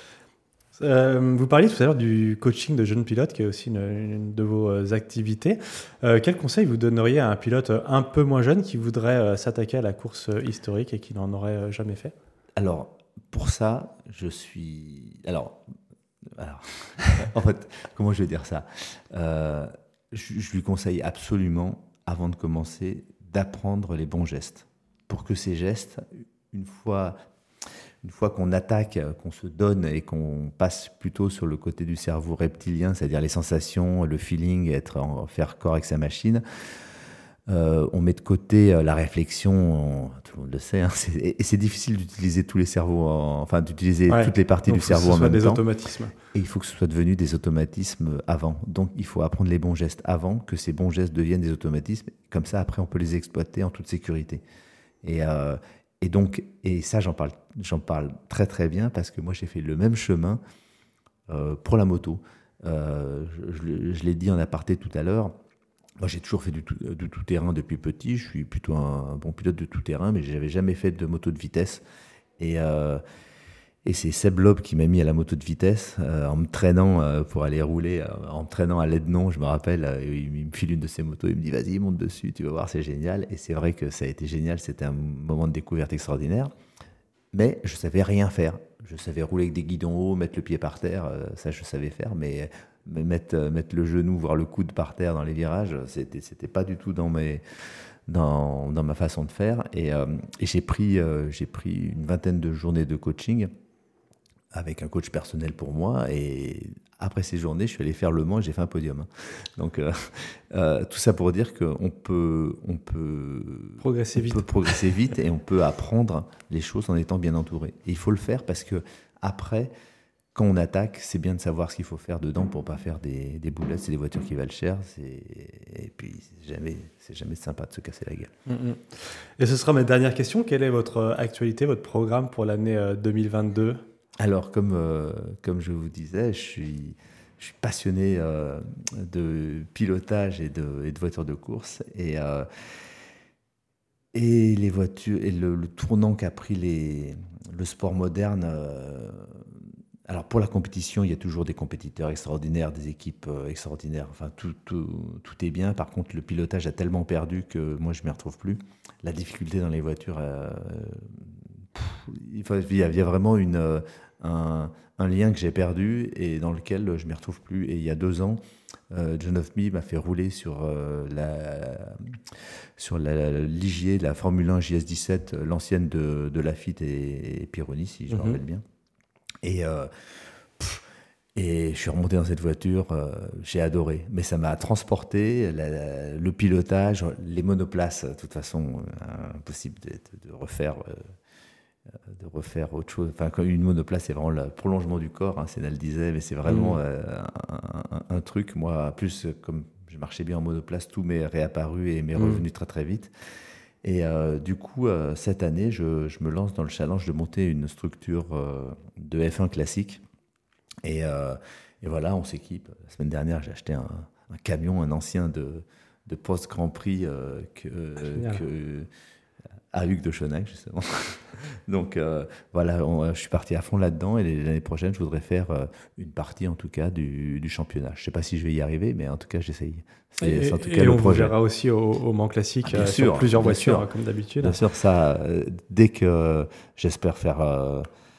Euh, vous parliez tout à l'heure du coaching de jeunes pilotes, qui est aussi une, une de vos activités. Euh, quel conseil vous donneriez à un pilote un peu moins jeune qui voudrait euh, s'attaquer à la course historique et qui n'en aurait jamais fait ? Alors, pour ça, je suis... Alors, alors en fait, comment je vais dire ça euh, je, je lui conseille absolument, avant de commencer, d'apprendre les bons gestes. Pour que ces gestes, une fois, une fois qu'on attaque, qu'on se donne et qu'on passe plutôt sur le côté du cerveau reptilien, c'est-à-dire les sensations, le feeling, être en faire corps avec sa machine, Euh, on met de côté euh, la réflexion, on- tout le monde le sait, hein, c'est, et et c'est difficile d'utiliser tous les cerveaux, en- enfin d'utiliser Ouais. toutes les parties Donc, du faut que ce cerveau en soit même des temps. automatismes. Et il faut que ce soit devenu des automatismes avant. Donc il faut apprendre les bons gestes avant que ces bons gestes deviennent des automatismes. Comme ça, après, on peut les exploiter en toute sécurité. Et, euh, et donc, et ça, j'en parle, j'en parle très très bien parce que moi, j'ai fait le même chemin euh, pour la moto. Euh, je, je l'ai- je l'ai dit en aparté tout à l'heure. Moi, j'ai toujours fait du tout, du tout-terrain depuis petit. Je suis plutôt un, bon pilote de tout-terrain, mais j'avais jamais fait de moto de vitesse. Et, euh, et c'est Seb Loeb qui m'a mis à la moto de vitesse euh, en me traînant euh, pour aller rouler, euh, en me traînant à l'aide-non, je me rappelle. Euh, il, il me file une de ses motos, il me dit vas-y, monte dessus, tu vas voir, c'est génial. Et c'est vrai que ça a été génial, c'était un moment de découverte extraordinaire. Mais je savais rien faire. Je savais rouler avec des guidons hauts, mettre le pied par terre, euh, ça je savais faire, mais, mais mettre, euh, mettre le genou, voire le coude par terre dans les virages, c'était, c'était pas du tout dans, mes, dans, dans ma façon de faire. Et, euh, et j'ai, pris, euh, j'ai pris une vingtaine de journées de coaching avec un coach personnel pour moi. Et après ces journées, je suis allé faire Le Mans et j'ai fait un podium. hein. Donc, euh, euh, tout ça pour dire qu'on peut, on peut, Progresser on vite. peut progresser vite et on peut apprendre les choses en étant bien entouré. Et il faut le faire parce que après, quand on attaque, c'est bien de savoir ce qu'il faut faire dedans pour pas faire des, des boulettes. C'est des voitures qui valent cher. C'est... Et puis, c'est jamais, c'est jamais sympa de se casser la gueule. Mm-hmm. Et ce sera ma dernière question. Quelle est votre actualité, votre programme pour l'année euh, deux mille vingt-deux ? Alors, comme, euh, comme je vous disais, je suis, je suis passionné euh, de pilotage et de, et de voitures de course. Et, euh, et les voitures, et le, le tournant qu'a pris les, le sport moderne. Euh, alors, pour la compétition, il y a toujours des compétiteurs extraordinaires, des équipes euh, extraordinaires. Enfin, tout, tout, tout est bien. Par contre, le pilotage a tellement perdu que moi, je ne m'y retrouve plus. La difficulté dans les voitures. Euh, Il y, a, il y a vraiment une, un, un lien que j'ai perdu et dans lequel je ne m'y retrouve plus. Et il y a deux ans, euh, John of Me m'a fait rouler sur, euh, la, sur la, l'I J E, la Formule un J S dix-sept, l'ancienne de, de Lafitte et, et Pironi, si je me Mm-hmm. rappelle bien. Et, euh, pff, et je suis remonté dans cette voiture, euh, j'ai adoré. Mais ça m'a transporté, la, la, le pilotage, les monoplaces, de toute façon, euh, impossible de, de refaire... Euh, de refaire autre chose. Enfin, quand une monoplace, c'est vraiment le prolongement du corps, hein, Sénal le disait, mais c'est vraiment mmh. euh, un, un, un truc. Moi, plus, comme je marchais bien en monoplace, tout m'est réapparu et m'est revenu mmh. très très vite. Et euh, du coup, euh, cette année, je, je me lance dans le challenge de monter une structure euh, de F un classique. Et, euh, et voilà, on s'équipe. La semaine dernière, j'ai acheté un, un camion, un ancien de, de post-Grand Prix euh, que... Génial. que à Hugues de Chonac, justement. Donc euh, voilà, on, je suis parti à fond là-dedans et l'année prochaine, je voudrais faire euh, une partie, en tout cas, du, du championnat. Je ne sais pas si je vais y arriver, mais en tout cas, j'essaye. C'est, et c'est en tout et cas on le projet. vous verra aussi au, au Mans Classique ah, euh, sûr, sur plusieurs voitures, sûr. comme d'habitude. Bien sûr, ça, euh, dès que euh, j'espère faire euh,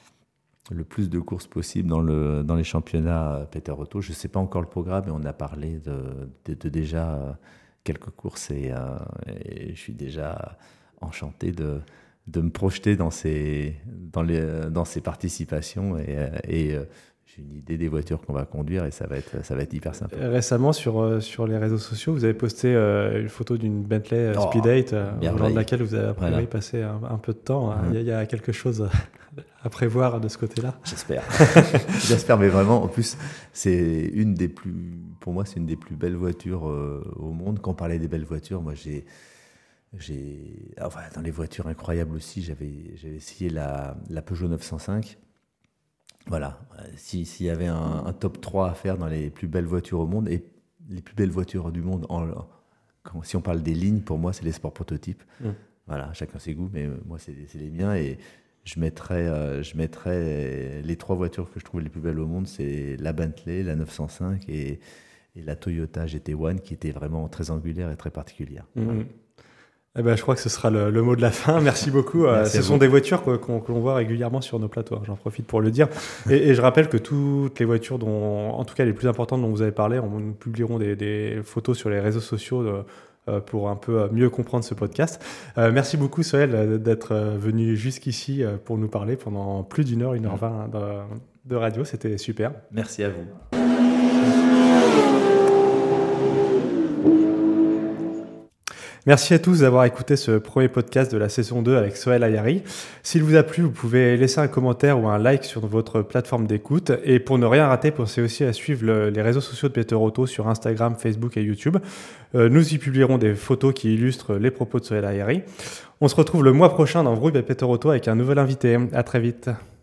le plus de courses possible dans, le, dans les championnats Peter Otto, je ne sais pas encore le programme, mais on a parlé de, de, de déjà euh, quelques courses et, euh, et je suis déjà... enchanté de, de me projeter dans ces, dans les, dans ces participations et, et euh, j'ai une idée des voitures qu'on va conduire et ça va être, ça va être hyper sympa. Récemment, sur, euh, sur les réseaux sociaux, vous avez posté euh, une photo d'une Bentley euh, Oh, Speed eight, euh, au long de laquelle vous avez a priori voilà. passé un, un peu de temps. Mmh. Il y, y a quelque chose à prévoir de ce côté-là. J'espère. J'espère, mais vraiment, en plus, c'est une des plus, pour moi, c'est une des plus belles voitures euh, au monde. Quand on parlait des belles voitures, moi, j'ai J'ai, enfin, dans les voitures incroyables aussi, j'avais, j'avais essayé la, la Peugeot neuf cent cinq. Voilà, si, s'il y avait un, un top trois à faire dans les plus belles voitures au monde, et les plus belles voitures du monde, en, quand, si on parle des lignes, pour moi, c'est les sports prototypes. Mmh. Voilà, chacun ses goûts, mais moi, c'est, c'est les miens. Et je mettrais, euh, je mettrais les trois voitures que je trouve les plus belles au monde, c'est la Bentley, la neuf cent cinq et, et la Toyota G T un, qui était vraiment très angulaire et très particulière. Mmh. Voilà. Eh ben, je crois que ce sera le, le mot de la fin. Merci beaucoup. Merci ce sont vous. Des voitures qu'on, qu'on, qu'on voit régulièrement sur nos plateaux. J'en profite pour le dire. Et, et je rappelle que toutes les voitures, dont, en tout cas les plus importantes dont vous avez parlé, on, nous publierons des, des photos sur les réseaux sociaux de, euh, pour un peu mieux comprendre ce podcast. Euh, merci beaucoup, Sohail, d'être venu jusqu'ici pour nous parler pendant plus d'une heure, une heure vingt de, de radio. C'était super. Merci à vous. Merci à tous d'avoir écouté ce premier podcast de la saison deux avec Sohail Ayari. S'il vous a plu, vous pouvez laisser un commentaire ou un like sur votre plateforme d'écoute. Et pour ne rien rater, pensez aussi à suivre le, les réseaux sociaux de Better Auto sur Instagram, Facebook et YouTube. Euh, nous y publierons des photos qui illustrent les propos de Sohail Ayari. On se retrouve le mois prochain dans Vroom by Better Auto avec un nouvel invité. À très vite.